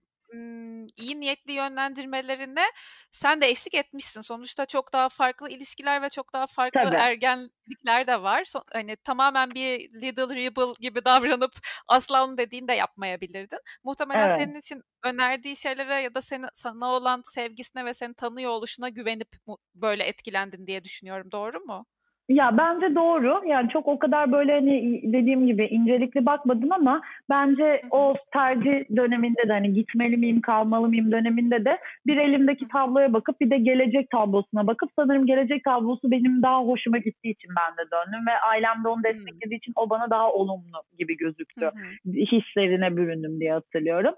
iyi niyetli yönlendirmelerine sen de eşlik etmişsin. Sonuçta çok daha farklı ilişkiler ve çok daha farklı
Tabii.
ergenlikler de var. Hani tamamen bir little rebel gibi davranıp asla onun dediğini de yapmayabilirdin. Muhtemelen
Evet.
senin için önerdiği şeylere ya da sana olan sevgisine ve seni tanıyor oluşuna güvenip böyle etkilendin diye düşünüyorum. Doğru mu?
Ya bence doğru. Yani çok o kadar böyle hani dediğim gibi incelikli bakmadım ama bence
Hı hı.
o tercih döneminde de hani gitmeli miyim, kalmalı mıyım döneminde de bir
Hı
elimdeki
hı.
tabloya bakıp bir de gelecek tablosuna bakıp sanırım gelecek tablosu benim daha hoşuma gittiği için ben de döndüm ve ailem de onu
Hımm.
desteklediği için o bana daha olumlu gibi
Hı
gözüktü.
hı.
Hislerine büründüm diye hatırlıyorum.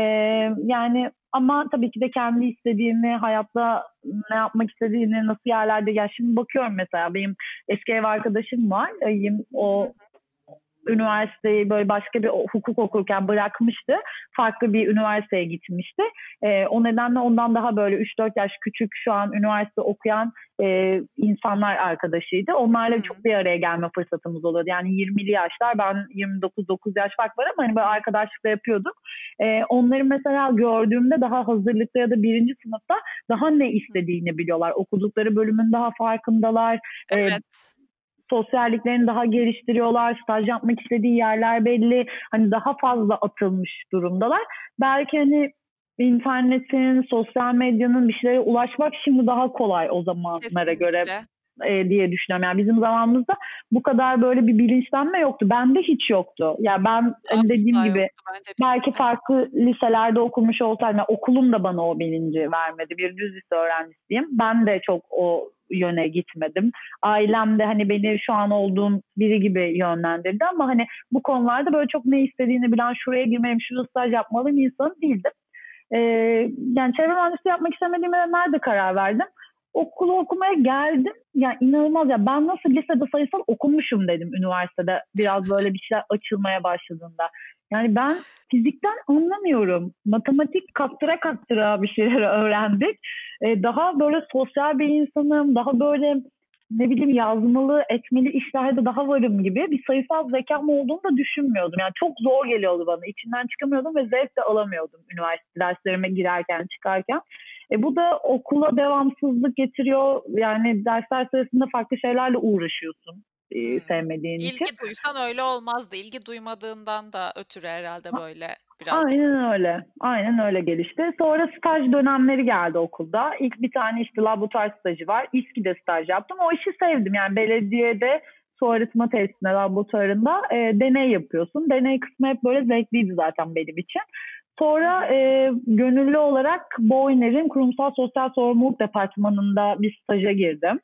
Yani ama tabii ki de kendi istediğini, hayatta ne yapmak istediğini, nasıl yerlerde, ya şimdi bakıyorum mesela benim eski ev arkadaşım var.
Hı
O
hı.
üniversiteyi böyle başka bir hukuk okurken bırakmıştı. Farklı bir üniversiteye gitmişti. O nedenle ondan daha böyle 3-4 yaş küçük şu an üniversite okuyan insanlar arkadaşıydı. Onlarla
Hımm.
çok bir araya gelme fırsatımız oluyordu. Yani 20'li yaşlar, ben 29-9 yaş fark var ama
Hı
hani böyle
hı.
arkadaşlıkla yapıyorduk. Onları mesela gördüğümde daha hazırlıkta ya da birinci sınıfta daha ne
Hı hı.
istediğini biliyorlar. Okudukları bölümün daha farkındalar.
Evet.
Sosyalliklerini daha geliştiriyorlar. Staj yapmak istediği yerler belli. Hani daha
Hı hı.
fazla atılmış durumdalar. Belki hani internetin, sosyal medyanın bir şeylere ulaşmak şimdi daha kolay o zamanlara göre
Kesinlikle.
diye düşünüyorum. Yani bizim zamanımızda bu kadar böyle bir bilinçlenme yoktu. Bende hiç yoktu. Yani ben hani dediğim
Asla
gibi
yoktu bence
belki
bizim de.
farklı liselerde okumuş olsaydım, yani okulum da bana o bilinci vermedi. Bir düz lise öğrencisiyim. Ben de çok o yöne gitmedim. Ailem de hani beni şu an olduğum biri gibi yönlendirdi ama hani bu konularda böyle çok ne istediğini bilen, şuraya girmeliyim, şurada staj yapmalıyım insanı değildim. Ee,
Hı hı.
Yani çevre mühendisliği yapmak istemediğime nerede karar verdim? Okulu okumaya geldim. Ya inanılmaz ya, ben nasıl lisede sayısal okumuşum dedim üniversitede biraz böyle bir şeyler açılmaya başladığında. Yani ben fizikten anlamıyorum. Matematik kaktıra kaktıra bir şeyler öğrendik. Daha böyle sosyal bir insanım. Daha böyle ne bileyim yazmalı, etmeli işlerde daha varım gibi bir sayısal zekam olduğunu da düşünmüyordum. Yani çok zor geliyordu bana. İçinden çıkamıyordum ve zevk de alamıyordum üniversite derslerime girerken çıkarken. Bu da okula devamsızlık getiriyor. Yani dersler sırasında farklı şeylerle uğraşıyorsun
Hımm.
sevmediğin için.
İlgi duysan öyle olmazdı. İlgi duymadığından da ötürü herhâlde böyle birazcık.
Aynen öyle. Aynen öyle gelişti. Sonra staj dönemleri geldi okulda. İlk bir tane işte laboratuvar stajı var. İSKİ'de staj yaptım. O işi sevdim. Yani belediyede su arıtma tesisinde, laboratuvarında deney yapıyorsun. Deney kısmı hep böyle zevkliydi zaten benim için.
Hı
Sonra
hı.
gönüllü olarak Boyner'in kurumsal sosyal sorumluluk departmanında bir staja girdim.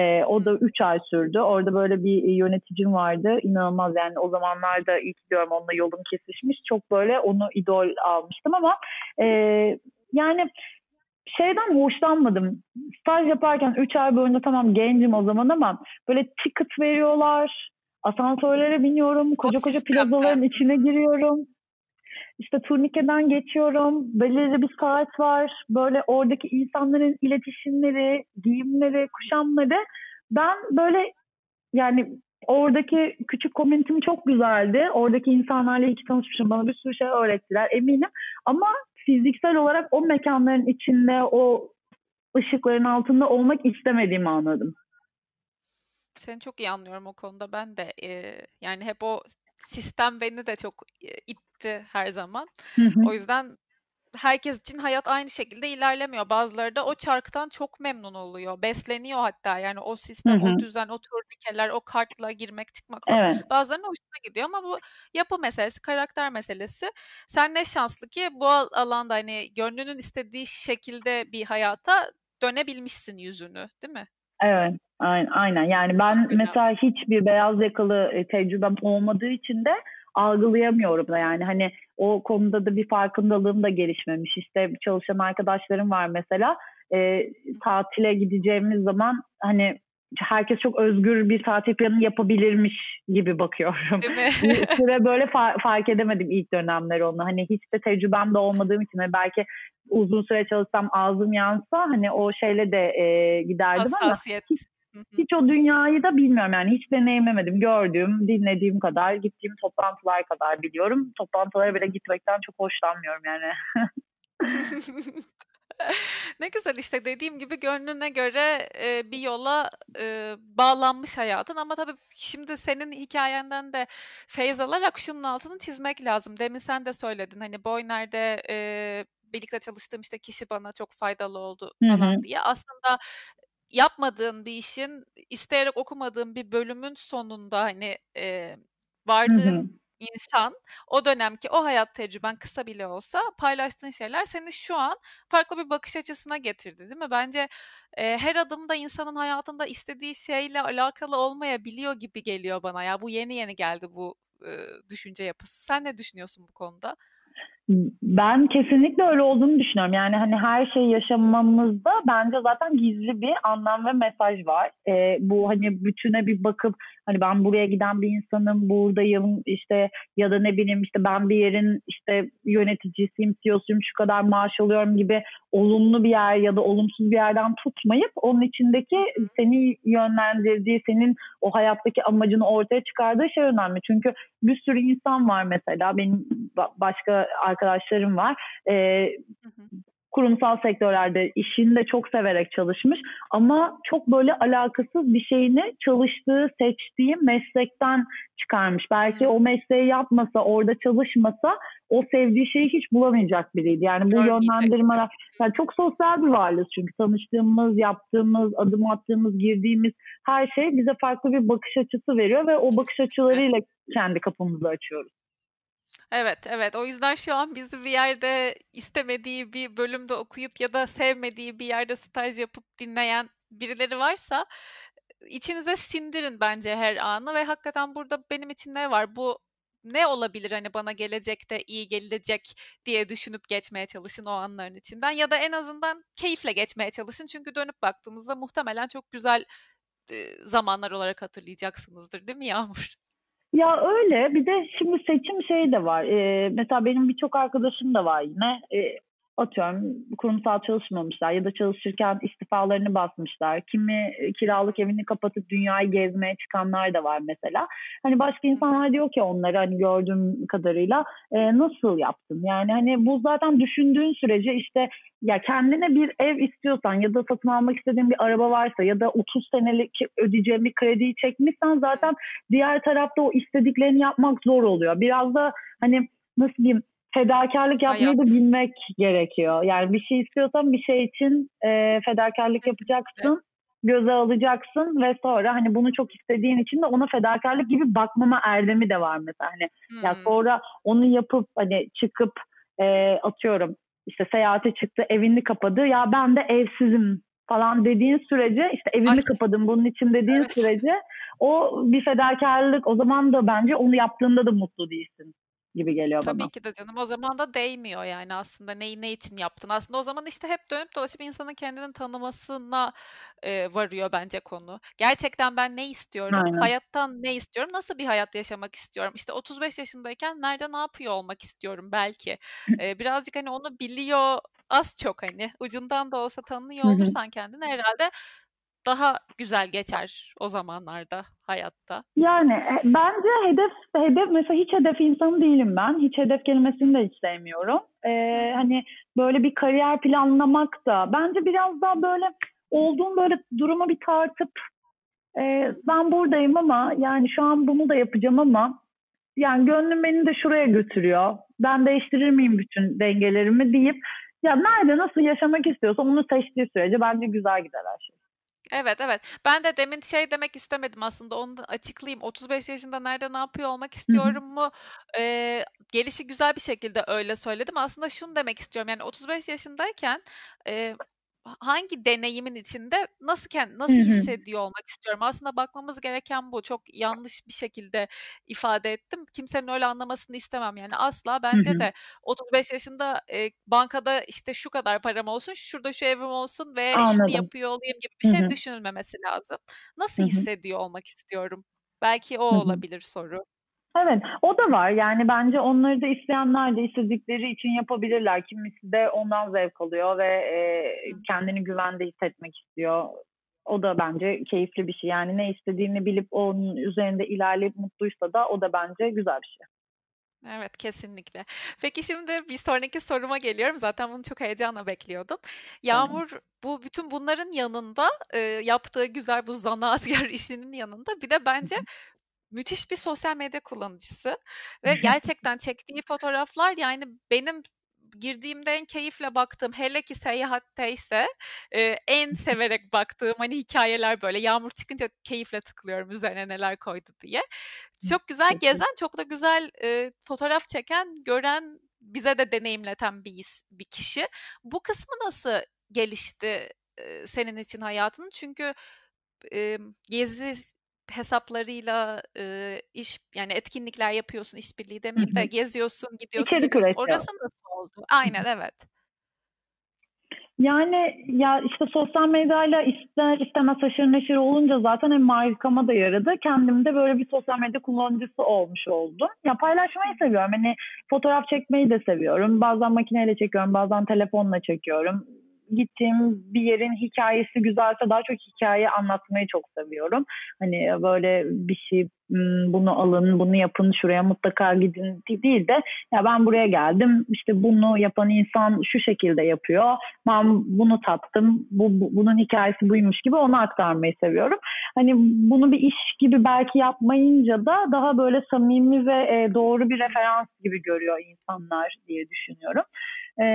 O da
Hımm.
3 ay sürdü. Orada böyle bir yöneticim vardı. İnanılmaz yani, o zamanlarda iyi ki diyorum onunla yolum kesişmiş. Çok böyle onu idol almıştım ama e, yani şeyden hoşlanmadım. Staj yaparken 3 ay boyunca tamam gencim o zaman ama böyle ticket veriyorlar. Asansörlere biniyorum.
O
Koca koca
sistemde.
plazaların içine giriyorum. İşte turnikeden geçiyorum. Belirli bir saat var. Böyle oradaki insanların iletişimleri, giyimleri, kuşamları. Ben böyle yani oradaki küçük komünitim çok güzeldi. Oradaki insanlarla iyi ki tanışmışım. Bana bir sürü şey öğrettiler eminim. Ama fiziksel olarak o mekanların içinde, o ışıkların altında olmak istemediğimi anladım.
Seni çok iyi anlıyorum o konuda. Ben de yani hep o sistem beni de çok itti her zaman.
Hı hı,
O yüzden herkes için hayat aynı şekilde ilerlemiyor. Bazıları da o çarktan çok memnun oluyor. Besleniyor hatta. Yani o
hı
sistem, o
hı.
düzen, o turnikeler, o kartla girmek çıkmak falan.
Evet.
Bazılarının hoşuna gidiyor ama bu yapı meselesi, karakter meselesi. Sen ne şanslı ki bu alanda hani gönlünün istediği şekilde bir hayata dönebilmişsin yüzünü, değil mi?
Evet, aynen. Yani
Çok
ben
önemli.
mesela hiçbir beyaz yakalı tecrübem olmadığı için de algılayamıyorum da yani hani o konuda da bir farkındalığım da gelişmemiş. İşte çalışan arkadaşlarım var mesela tatile gideceğimiz zaman hani herkes çok özgür bir tatil planı yapabilirmiş gibi bakıyorum.
Değil mi?
Bir süre böyle fark edemedim ilk dönemleri onu. Hani hiç de tecrübem de olmadığım için hani belki uzun süre çalışsam ağzım yansa hani o şeyle de giderdim ama
Hassasiyet.
hiç,
Hı hı.
hiç o dünyayı da bilmiyorum yani hiç deneyimlemedim. Gördüğüm, dinlediğim kadar, gittiğim toplantılar kadar biliyorum. Toplantılara bile gitmekten çok hoşlanmıyorum yani.
Ne güzel işte dediğim gibi gönlüne göre bir yola bağlanmış hayatın ama tabii şimdi senin hikayenden de feyz alarak şunun altını çizmek lazım. Demin sen de söyledin hani Boyner'de birlikte çalıştığım işte kişi bana çok faydalı oldu
Hı hı,
falan diye. Aslında yapmadığın bir işin, isteyerek okumadığın bir bölümün sonunda hani
hı hı.
vardığın insan, o dönemki o hayat tecrüben kısa bile olsa paylaştığın şeyler seni şu an farklı bir bakış açısına getirdi, değil mi? Bence her adımda insanın hayatında istediği şeyle alakalı olmayabiliyor gibi geliyor bana ya. Bu yeni yeni geldi bu düşünce yapısı. Sen ne düşünüyorsun bu konuda?
Ben kesinlikle öyle olduğunu düşünüyorum. Yani hani her şey yaşamamızda bence zaten gizli bir anlam ve mesaj var. Bu hani bütüne bir bakıp hani ben buraya giden bir insanım, buradayım işte ya da ne bileyim işte ben bir yerin işte yöneticisiyim, CEO'suyum, şu kadar maaş alıyorum gibi olumlu bir yer ya da olumsuz bir yerden tutmayıp onun içindeki seni yönlendirdiği, senin o hayattaki amacını ortaya çıkardığı şey önemli. Çünkü bir sürü insan var mesela benim başka arkadaşlarım var.
Hı hı.
Kurumsal sektörlerde işini de çok severek çalışmış ama çok böyle alakasız bir şeyini çalıştığı, seçtiği meslekten çıkarmış. Belki o
Hımm.
mesleği yapmasa, orada çalışmasa o sevdiği şeyi hiç bulamayacak biriydi. Yani bu
Görmeyecekti.
yönlendirmeler yani çok sosyal bir varlığız çünkü tanıştığımız, yaptığımız, adım attığımız, girdiğimiz her şey bize farklı bir bakış açısı veriyor ve o bakış
Kesinlikle.
açılarıyla kendi kapımızı açıyoruz.
Evet, evet. O yüzden şu an bizi bir yerde istemediği bir bölümde okuyup ya da sevmediği bir yerde staj yapıp dinleyen birileri varsa içinize sindirin bence her anı ve hakikaten burada benim için ne var? Bu ne olabilir hani bana gelecekte iyi gelecek diye düşünüp geçmeye çalışın o anların içinden ya da en azından keyifle geçmeye çalışın çünkü dönüp baktığınızda muhtemelen çok güzel zamanlar olarak hatırlayacaksınızdır, değil mi Yağmur?
Ya öyle bir de şimdi seçim şey de var. Mesela benim birçok arkadaşım da var yine. Atıyorum kurumsal çalışmamışlar ya da çalışırken istifalarını basmışlar. Kimi kiralık evini kapatıp dünyayı gezmeye çıkanlar da var mesela. Hani başka
Hı hı.
insanlar diyor ki onlara hani gördüğüm kadarıyla nasıl yaptın? Yani hani bu zaten düşündüğün sürece işte ya kendine bir ev istiyorsan ya da satın almak istediğin bir araba varsa ya da 30 senelik ödeyeceğin bir krediyi çekmişsen zaten diğer tarafta o istediklerini yapmak zor oluyor. Biraz da hani nasıl diyeyim fedakarlık yapmayı da
Hayat.
bilmek gerekiyor. Yani bir şey istiyorsan bir şey için fedakarlık
Kesinlikle.
yapacaksın, göze alacaksın ve sonra hani bunu çok istediğin için de ona fedakarlık gibi bakmama erdemi de var mesela. Hani ya
Hmm.
sonra onu yapıp hani çıkıp atıyorum işte seyahate çıktı, evini kapadı. Ya ben de evsizim falan dediğin sürece işte
Ay,
evimi kapadım bunun için dediğin
evet.
sürece o bir fedakarlık o zaman da bence onu yaptığında da mutlu değilsin. gibi geliyor bana.
Tabii ki de canım. O zaman da değmiyor yani aslında neyi ne için yaptın. Aslında o zaman işte hep dönüp dolaşıp insanın kendini tanımasına varıyor bence konu. Gerçekten ben ne istiyorum?
Aynen.
Hayattan ne istiyorum? Nasıl bir hayat yaşamak istiyorum? İşte 35 yaşındayken nerede ne yapıyor olmak istiyorum belki. Birazcık hani onu biliyor az çok hani ucundan da olsa tanıyor
Hı hı.
olursan kendini herhalde daha güzel geçer o zamanlarda hayatta.
Yani bence hedef mesela hiç hedef insanı değilim ben. Hiç hedef
Hı
kelimesini
hı,
de hiç sevmiyorum.
hı hı,
Hani böyle bir kariyer planlamak da bence biraz daha böyle olduğum böyle durumu bir tartıp
hı hı,
ben buradayım ama yani şu an bunu da yapacağım ama yani gönlüm beni de şuraya götürüyor. Ben değiştirir
hı.
miyim bütün dengelerimi deyip ya nerede nasıl yaşamak istiyorsa onu seçtiği sürece bence güzel gider her şey.
Evet, evet. Ben de demin şey demek istemedim aslında. Onu da açıklayayım. 35 yaşında nerede ne yapıyor olmak
Hı hı.
istiyorum mu? Gelişi güzel bir şekilde öyle söyledim. Aslında şunu demek istiyorum. Yani 35 yaşındayken e, hangi deneyimin içinde
Hı
nasıl
hı.
hissediyor olmak istiyorum? Aslında bakmamız gereken bu. Çok yanlış bir şekilde ifade ettim. Kimsenin öyle anlamasını istemem. Yani asla
Hı
bence
hı.
de 35 yaşında bankada işte şu kadar param olsun, şurada şu evim olsun ve şunu
Anladım.
yapıyor olayım gibi bir
Hı
şey
hı.
düşünülmemesi lazım. Nasıl
Hı hı.
hissediyor olmak istiyorum? Belki o
Hı hı.
olabilir soru.
Evet, o da var. Yani bence onları da isteyenler de istedikleri için yapabilirler. Kimisi de ondan zevk alıyor ve
Hı.
kendini güvende hissetmek istiyor. O da bence keyifli bir şey. Yani ne istediğini bilip onun üzerinde ilerleyip mutluysa da o da bence güzel bir şey.
Evet, kesinlikle. Peki şimdi bir sonraki soruma geliyorum. Zaten bunu çok heyecanla bekliyordum.
Tamam.
Yağmur bütün bunların yanında yaptığı güzel bu zanaatkar işinin yanında bir de bence müthiş bir sosyal medya kullanıcısı ve gerçekten çektiği fotoğraflar yani benim girdiğimde en keyifle baktığım hele ki seyahatteyse en severek baktığım hani hikayeler böyle yağmur çıkınca keyifle tıklıyorum üzerine neler koydu diye. Çok güzel
Çok iyi.
gezen, çok da güzel fotoğraf çeken, gören, bize de deneyimleten bir kişi. Bu kısmı nasıl gelişti senin için hayatın? Çünkü gezi hesaplarıyla iş yani etkinlikler yapıyorsun, işbirliği
Hı
demeyeyim de
hı.
geziyorsun, gidiyorsun,
İçerik
geliyorsun.
üretiyor.
Orası nasıl oldu? Aynen evet.
Yani ya işte sosyal medyayla ister istemez haşır neşir olunca zaten hem markama da yaradı. Kendim de böyle bir sosyal medya kullanıcısı olmuş oldum. Ya
Hı
paylaşmayı
hı,
seviyorum. Hani fotoğraf çekmeyi de seviyorum. Bazen makineyle çekiyorum, bazen telefonla çekiyorum.
hı
Gittiğim
hı,
bir yerin hikayesi güzelse daha çok hikaye anlatmayı çok seviyorum. Hani böyle bir şey bunu alın, bunu yapın, şuraya mutlaka gidin değil de ya ben buraya geldim işte bunu yapan insan şu şekilde yapıyor. Ben bunu tattım. Bunun hikayesi buymuş gibi onu aktarmayı seviyorum. Hani bunu bir iş gibi belki yapmayınca da daha böyle samimi ve doğru bir
hı
referans gibi görüyor insanlar diye düşünüyorum. E,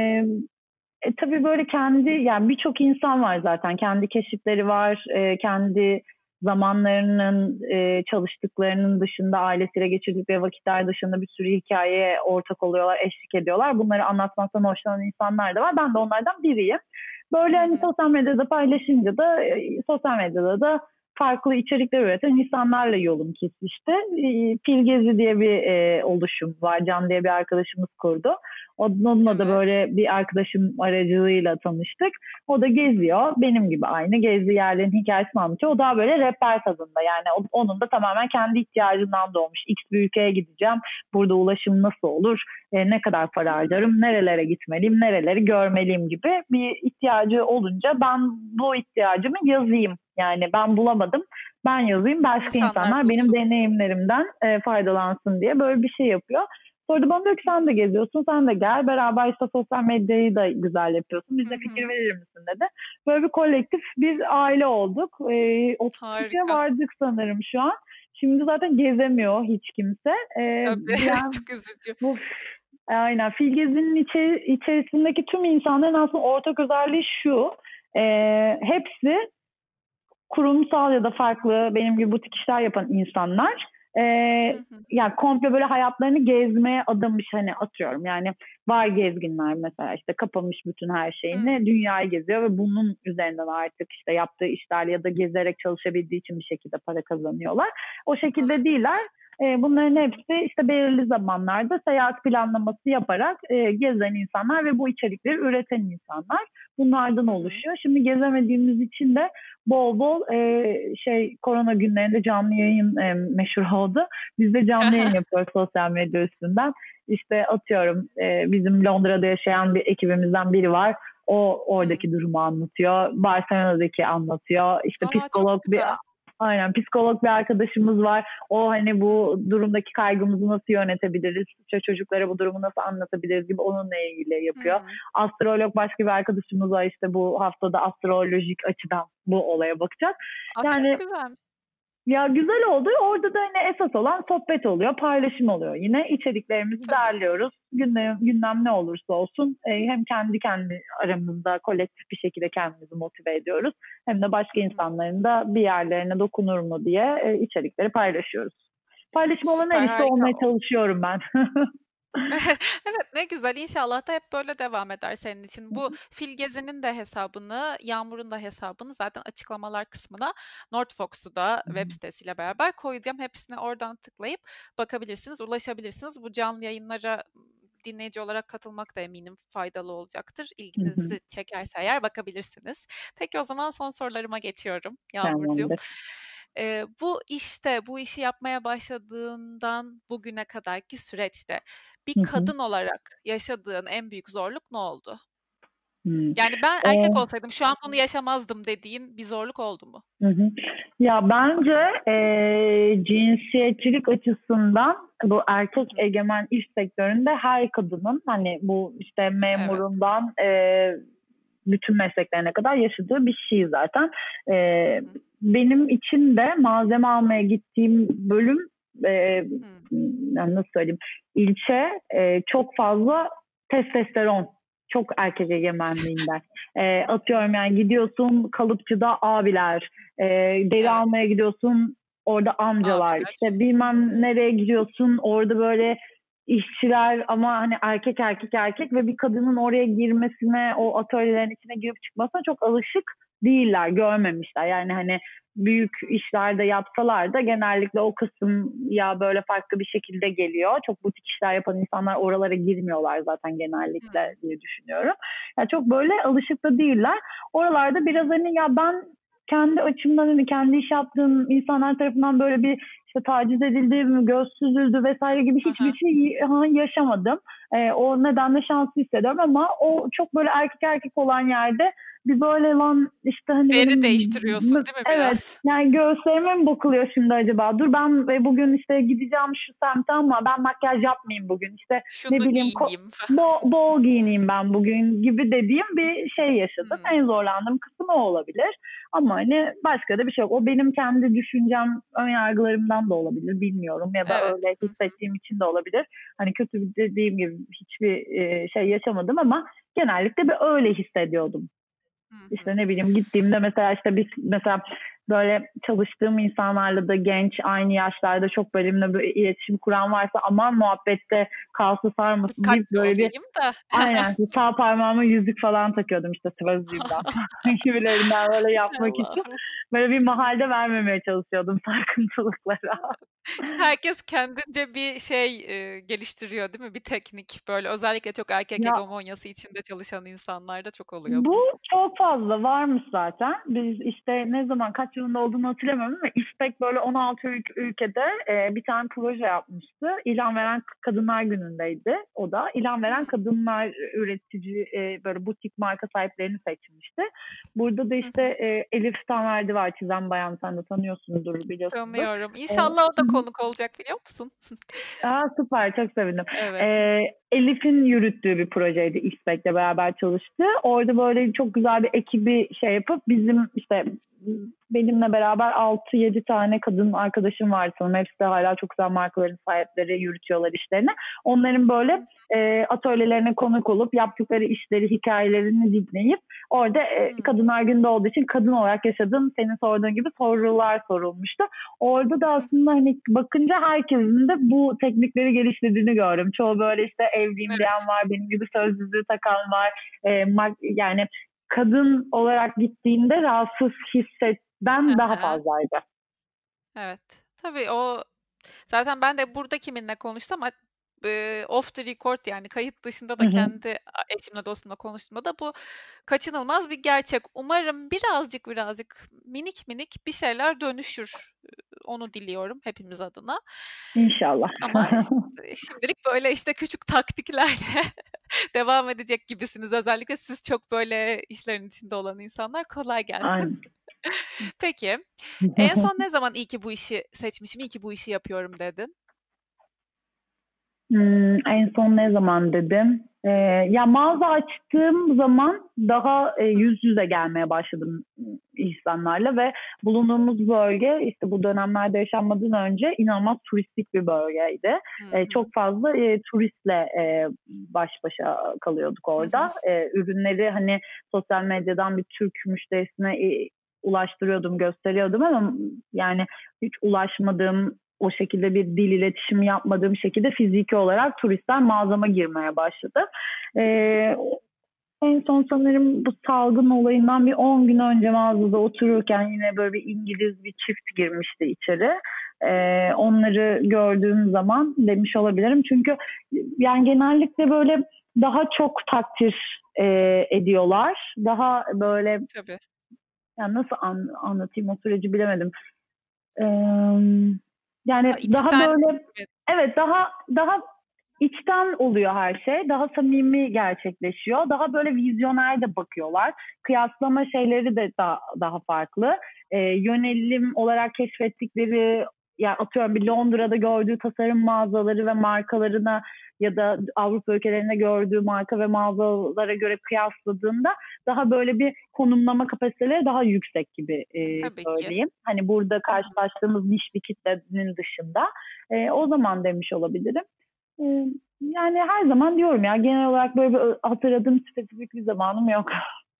tabii böyle kendi yani birçok insan var zaten kendi keşifleri var, kendi zamanlarının çalıştıklarının dışında ailesiyle geçirdikleri vakitler dışında bir sürü hikayeye ortak oluyorlar, eşlik ediyorlar. Bunları anlatmaktan hoşlanan insanlar da var. Ben de onlardan biriyim. Böyle
hı,
hani
hı
sosyal medyada paylaşınca da sosyal medyada da farklı içerikler üreten insanlarla yolum kesişti. Pilgezi diye bir oluşum var. Can diye bir arkadaşımız kurdu. Onunla da
evet.
böyle bir arkadaşım aracılığıyla tanıştık. O da
Hı hı,
geziyor. Benim gibi aynı. Gezdiği yerlerin hikayesini anlatıyor. O daha böyle rehber tadında. Yani onun da tamamen kendi ihtiyacından doğmuş. X bir ülkeye gideceğim. Burada ulaşım nasıl olur? Ne kadar para harcarım? Nerelere gitmeliyim? Nereleri görmeliyim gibi bir ihtiyacı olunca ben bu ihtiyacımı yazayım. Yani ben bulamadım. Ben yazayım. Başka
İnsanlar
insanlar benim
bulsun.
deneyimlerimden faydalansın diye böyle bir şey yapıyor. Sonra da bana diyor ki
Hı
sen de geziyorsun, sen de gel. Beraber işte sosyal medyayı da güzel yapıyorsun.
hı,
Bize fikir
hı.
verir misin dedi. Böyle bir kolektif bir aile olduk. 30 kişiye
Harika.
vardık sanırım şu an. Şimdi zaten gezemiyor hiç kimse.
Tabii.
Yani
Çok üzücü.
bu aynen Filgezi'nin içerisindeki tüm insanların aslında ortak özelliği şu. E, hepsi kurumsal ya da farklı benim gibi butik işler yapan insanlar
Hı hı,
yani komple böyle hayatlarını gezmeye adamış hani atıyorum yani var gezginler mesela işte kapamış bütün her
hı.
şeyini dünyayı geziyor ve bunun üzerinden artık işte yaptığı işler ya da gezerek çalışabildiği için bir şekilde para kazanıyorlar. O
Ah
şekilde
ne
değiller.
güzel.
Bunların
Hı hı.
hepsi işte belirli zamanlarda seyahat planlaması yaparak gezen insanlar ve bu içerikleri üreten insanlar. Bunlardan
Hı hı.
oluşuyor. Şimdi gezemediğimiz için de bol bol korona günlerinde canlı yayın meşhur oldu. Biz de canlı yayın yapıyoruz sosyal medya üstünden. İşte atıyorum bizim Londra'da yaşayan bir ekibimizden biri var. O
Hı.
oradaki durumu anlatıyor. Barcelona'daki anlatıyor. İşte
A, çok güzel.
psikolog bir arkadaşımız var. O hani
Hı.
bu durumdaki kaygımızı nasıl yönetebiliriz? İşte çocuklara bu durumu nasıl anlatabiliriz gibi onunla ilgili yapıyor.
Hı.
Astrolog başka bir arkadaşımız var, işte bu haftada astrolojik açıdan bu olaya bakacak.
A, çok
Yani
güzelmiş.
ya güzel oldu. Orada da hani esas olan sohbet oluyor, paylaşım oluyor. Yine içeriklerimizi
Tabii.
derliyoruz. Gündem ne olursa olsun hem kendi aramızda kolektif bir şekilde kendimizi motive ediyoruz. Hem de başka
Hı hı.
insanların da bir yerlerine dokunur mu diye içerikleri paylaşıyoruz. Paylaşım olan her
Süper,
işte
harika.
olmaya çalışıyorum ben.
Evet, ne güzel. İnşallah da hep böyle devam eder senin için. Bu Fil Gezi'nin de hesabını, Yağmur'un da hesabını zaten açıklamalar kısmına Nordfox'u da web sitesiyle beraber koyacağım. Hepsine oradan tıklayıp bakabilirsiniz, ulaşabilirsiniz. Bu canlı yayınlara dinleyici olarak katılmak da eminim faydalı olacaktır. İlginizi çekerse eğer bakabilirsiniz. Peki o zaman son sorularıma geçiyorum Yağmurcuğum.
Tamamdır.
Bu işi yapmaya başladığından bugüne kadarki süreçte bir
Hı hı.
kadın olarak yaşadığın en büyük zorluk ne oldu?
Hı.
Yani ben erkek
E,
olsaydım şu an bunu yaşamazdım dediğin bir zorluk oldu mu?
Hı hı. Ya bence cinsiyetçilik açısından bu
Hı
erkek
hı.
egemen iş sektöründe her kadının hani bu işte
Evet.
memurundan bütün mesleklerine kadar yaşadığı bir şey zaten.
Hı
E,
hı.
Benim için de malzeme almaya gittiğim bölüm e,
Hı.
yani nasıl söyleyeyim, ilçe çok fazla testosteron, çok erkek egemenliğinden.
Hı hı.
Atıyorum yani gidiyorsun kalıpçıda abiler, deri
Evet.
almaya gidiyorsun orada amcalar,
Abiler.
işte
Hı hı.
bilmem nereye gidiyorsun orada böyle işçiler ama hani erkek erkek erkek ve bir kadının oraya girmesine, o atölyelerin içine girip çıkmasına çok alışık değiller, görmemişler. Yani hani büyük işlerde yapsalar da genellikle o kısım ya böyle farklı bir şekilde geliyor. Çok butik işler yapan insanlar oralara girmiyorlar zaten genellikle
Hı.
diye düşünüyorum. Yani çok böyle alışık da değiller. Oralarda
Hı.
biraz hani ya ben kendi açımdan hani kendi iş yaptığım insanlar tarafından böyle bir işte taciz edildi, göz süzüldü vesaire gibi
Hı
hiçbir
hı.
şey yaşamadım. O nedenle şanslı hissediyorum ama o çok böyle erkek erkek olan yerde bir böyle lan işte hani
Deri
benim
değiştiriyorsun değil mi
evet
biraz?
yani göğüslerime mi bakılıyor şimdi acaba? Dur ben bugün işte gideceğim şu semte ama ben makyaj yapmayayım bugün. İşte ne
Şunu
bileyim
giyineyim.
bol giyineyim ben bugün gibi dediğim bir şey yaşadım.
Hı.
En zorlandığım kısım o olabilir. Ama hani başka da bir şey yok. O benim kendi düşüncem, ön yargılarımdan da olabilir. Bilmiyorum ya da
Evet.
öyle
Hı hı.
hissettiğim için de olabilir. Hani kötü dediğim gibi hiçbir şey yaşamadım ama genellikle bir öyle hissediyordum.
Hı
İşte
hı.
ne bileyim gittiğimde mesela işte biz mesela böyle çalıştığım insanlarla da genç aynı yaşlarda çok benimle böyle iletişim kuran varsa aman muhabbette kalsı sarmasın deyip
Dikkatli
böyle bir
olayım da.
aynen sağ parmağıma yüzük falan takıyordum işte Swazi'den falan gibilerinden böyle yapmak için.
Allah'ım.
Böyle bir mahalde vermemeye çalışıyordum sarkıntılıklara.
İşte herkes kendince bir şey geliştiriyor değil mi? Bir teknik böyle özellikle çok erkek
Ya
hegemonyası içinde çalışan insanlarda çok oluyor
bu
bu.
çok fazla varmış zaten. Biz işte ne zaman kaç yılında olduğunu hatırlamıyorum ama İSPEK böyle 16 ülkede bir tane proje yapmıştı. İlan veren Kadınlar Günü'ndeydi o da. İlan veren
Hmm.
kadınlar üretici böyle butik marka sahiplerini seçmişti. Burada da
Hı
işte
hı.
Elif Tanverdi var, çizen bayan, sen de tanıyorsundur biliyorsundur.
Tanıyorum.
E,
İnşallah o da konuk olacak biliyor musun?
Süper, çok sevindim.
Evet.
Elif'in yürüttüğü bir projeydi, İSPEK'le beraber çalıştı. Orada böyle çok güzel bir ekibi şey yapıp bizim işte benimle beraber 6-7 tane kadın arkadaşım var sanırım. Hepsi de hala çok güzel markaların sahipleri, yürütüyorlar işlerini. Onların böyle atölyelerine konuk olup yaptıkları işleri, hikayelerini dinleyip orada
Hmm.
Kadınlar Günü'nde olduğu için kadın olarak yaşadığım, senin sorduğun gibi sorular sorulmuştu. Orada da aslında hani bakınca herkesin de bu teknikleri geliştirdiğini gördüm. Çoğu böyle işte evliyim
Evet.
diyen var, benim gibi söz yüzüğü takan var. Yani kadın olarak gittiğinde rahatsız
Hı
hisseden daha
hı.
fazlaydı.
Evet. Tabii o Zaten ben de burada kiminle konuşsam off the record yani kayıt dışında
Hı
da
hı.
kendi eşimle dostumla konuştuğumda da bu kaçınılmaz bir gerçek. Umarım birazcık minik minik bir şeyler dönüşür. Onu diliyorum hepimiz adına.
İnşallah.
Ama şimdilik böyle işte küçük taktiklerle devam edecek gibisiniz. Özellikle siz çok böyle işlerin içinde olan insanlar kolay gelsin.
Aynen.
Peki, en son ne zaman iyi ki bu işi seçmişim, iyi ki bu işi yapıyorum dedin?
En son ne zaman dedim? Ya mağaza açtığım zaman daha yüz yüze gelmeye başladım insanlarla ve bulunduğumuz bölge işte bu dönemlerde yaşanmadan önce inanılmaz turistik bir bölgeydi.
Hı hı.
Çok fazla turistle baş başa kalıyorduk
Hı hı.
orada. Ürünleri hani sosyal medyadan bir Türk müşterisine ulaştırıyordum, gösteriyordum ama yani hiç ulaşmadığım o şekilde bir dil iletişimi yapmadığım şekilde fiziki olarak turistler mağazama girmeye başladı.
Hı hı.
Ee, En son sanırım bu salgın olayından bir 10 gün önce mağazada otururken yine böyle bir İngiliz bir çift girmişti içeri.
Hı hı.
Onları gördüğüm zaman demiş olabilirim. Çünkü yani genellikle böyle daha çok takdir ediyorlar. Daha
Hı hı.
böyle
Tabii.
yani nasıl anlatayım o süreci bilemedim. Ee,
Daha
Yani daha
içten.
böyle
Evet.
evet daha içten oluyor her şey. Daha samimi gerçekleşiyor. Daha böyle vizyoner de bakıyorlar. Kıyaslama şeyleri de daha farklı. Yönelim olarak keşfettikleri yani atıyorum bir Londra'da gördüğü tasarım mağazaları ve markalarına ya da Avrupa ülkelerinde gördüğü marka ve mağazalara göre kıyasladığında daha böyle bir konumlama kapasiteleri daha yüksek gibi
Tabii ki.
söyleyeyim. Hani burada
Hı hı.
karşılaştığımız niş bir kitlenin dışında. O zaman demiş olabilirim. E, Yani her zaman diyorum ya genel olarak böyle bir hatırladığım spesifik bir zamanım yok.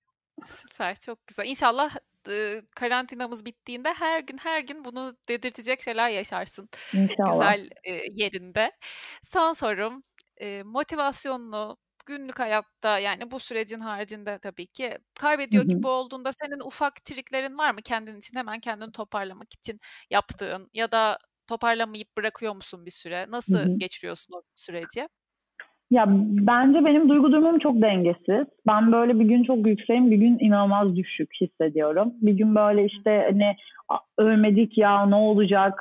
Süper, çok güzel. İnşallah karantinamız bittiğinde her gün bunu dedirtecek şeyler yaşarsın.
İnşallah.
Güzel yerinde. Son sorum, motivasyonunu günlük hayatta yani bu sürecin haricinde tabii ki
Hı
kaybediyor
hı.
gibi olduğunda senin ufak triklerin var mı kendin için hemen kendini toparlamak için yaptığın ya da toparlamayıp bırakıyor musun bir süre?
Hı
Nasıl
hı.
geçiriyorsun o süreci?
Ya bence benim duygu durumum çok dengesiz. Ben böyle bir gün çok yükseğim, bir gün inanılmaz düşük hissediyorum. Bir gün böyle
Hı
işte hani ölmedik ya ne olacak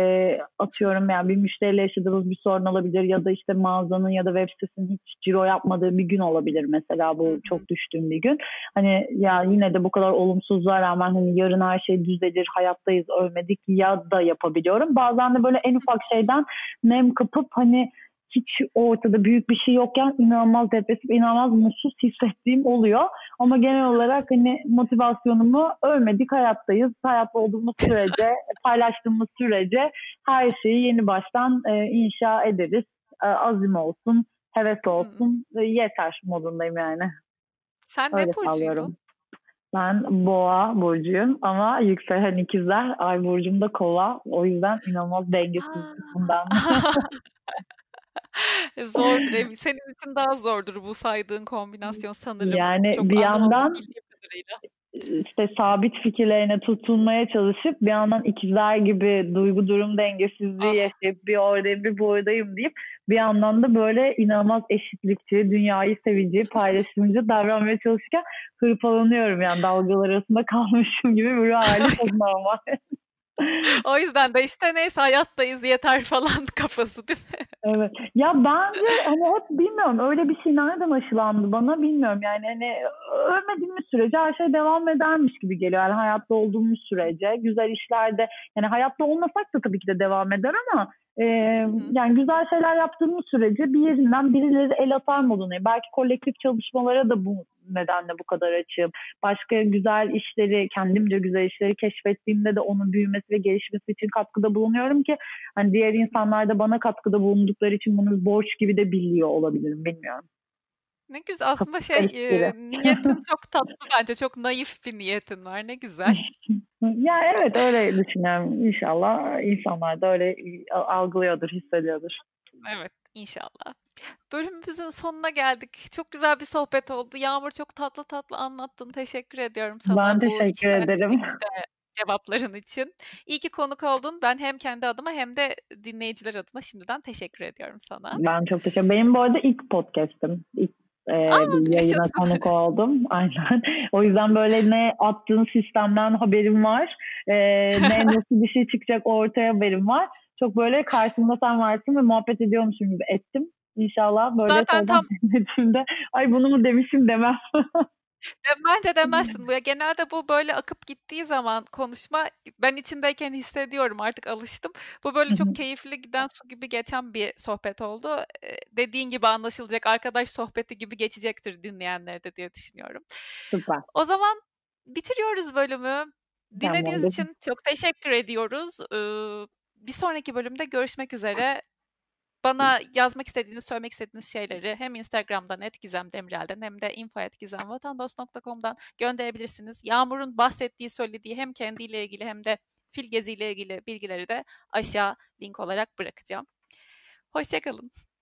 atıyorum yani bir müşteriyle yaşadığımız bir sorun olabilir ya da işte mağazanın ya da web sitesinin hiç ciro yapmadığı bir gün olabilir mesela
hı
bu
hı
çok düştüğüm bir gün. Hani ya yine de bu kadar olumsuzluğa rağmen hani yarın her şey düzelir, hayattayız, ölmedik ya da yapabiliyorum. Bazen de böyle en ufak şeyden nem kapıp hani hiç ortada büyük bir şey yokken inanılmaz depresif, inanılmaz mutsuz hissettiğim oluyor. Ama genel olarak hani motivasyonumu ölmedik hayattayız. Hayatta olduğumuz sürece, paylaştığımız sürece her şeyi yeni baştan inşa ederiz. Azim olsun, heves
hı.
olsun, yeter modundayım yani.
Sen ne
Öyle
burcuydun?
sağlıyorum. Ben boğa burcuyum ama yükselen ikizler, ay burcum da kova. O yüzden inanılmaz dengesiz
A!
bundan.
Zordur senin için daha zordur bu saydığın kombinasyon sanırım.
Yani
Çok
bir
anladım
yandan
bildiğim kadarıyla.
işte sabit fikirlerine tutunmaya çalışıp bir yandan ikizler gibi duygu durum dengesizliği
Ah,
yaşayıp bir oradayım bir buradayım deyip bir yandan da böyle inanılmaz eşitlikçi, dünyayı sevici, paylaşımcı davranmaya çalışırken hırpalanıyorum yani dalgalar arasında kalmışım gibi bir hali çok normal.
o yüzden de işte neyse hayattayız yeter falan kafası değil mi?
Evet. Ya bence hani hep bilmiyorum öyle bir şey nereden aşılandı bana bilmiyorum. Yani hani ölmediğimiz sürece her şey devam edermiş gibi geliyor. Yani hayatta olduğumuz sürece güzel işlerde yani hayatta olmasak da tabii ki de devam eder ama
Hı hı.
yani güzel şeyler yaptığımız sürece bir yerinden birileri el atar modundayım. Belki kolektif çalışmalara da bu nedenle bu kadar açığım. Başka güzel işleri, kendimce güzel işleri keşfettiğimde de onun büyümesi ve gelişmesi için katkıda bulunuyorum ki hani diğer
Hı hı.
insanlar da bana katkıda bulundukları için bunu borç gibi de biliyor olabilirim. Bilmiyorum.
Ne güzel aslında
Kafası karışık biri.
niyetin çok tatlı bence çok naif bir niyetin var ne güzel.
Ya evet öyle düşünüyorum. İnşallah insanlar da öyle algılıyordur, hissediyordur.
Evet inşallah. Bölümümüzün sonuna geldik. Çok güzel bir sohbet oldu. Yağmur çok tatlı tatlı anlattın. Teşekkür ediyorum
Ben
sana bu
teşekkür
içten
ederim.
içlikte. cevapların için. İyi ki konuk oldun. Ben hem kendi adıma hem de dinleyiciler adına şimdiden teşekkür ediyorum sana.
Ben çok teşekkür ederim. Benim bu arada ilk podcast'im. İlk bir yayına
Yaşasın.
konuk oldum. Aynen. O yüzden böyle ne attığın sistemden haberim var. Ne nasıl bir şey çıkacak ortaya haberim var. Çok böyle karşımda sen varsın ve muhabbet ediyormuşum gibi ettim. İnşallah böyle
Zaten
sonradan
tam
dinlediğimde ay bunu mu demişim demem.
bence demezsin. Bu ya genelde bu böyle akıp gittiği zaman konuşma ben içindeyken hissediyorum artık alıştım. Bu böyle çok keyifli giden su gibi geçen bir sohbet oldu. Dediğin gibi anlaşılacak arkadaş sohbeti gibi geçecektir dinleyenlere de diye düşünüyorum.
Süper.
O zaman bitiriyoruz bölümü. Dinlediğiniz
Tamamdır.
için çok teşekkür ediyoruz. Bir sonraki bölümde görüşmek üzere. Bana yazmak istediğiniz, söylemek istediğiniz şeyleri hem Instagram'dan @gizemdemirel'den hem de info@gizemvatandos.com'dan gönderebilirsiniz. Yağmur'un bahsettiği, söylediği hem kendiyle ilgili hem de fil geziyle ilgili bilgileri de aşağı link olarak bırakacağım. Hoşça kalın.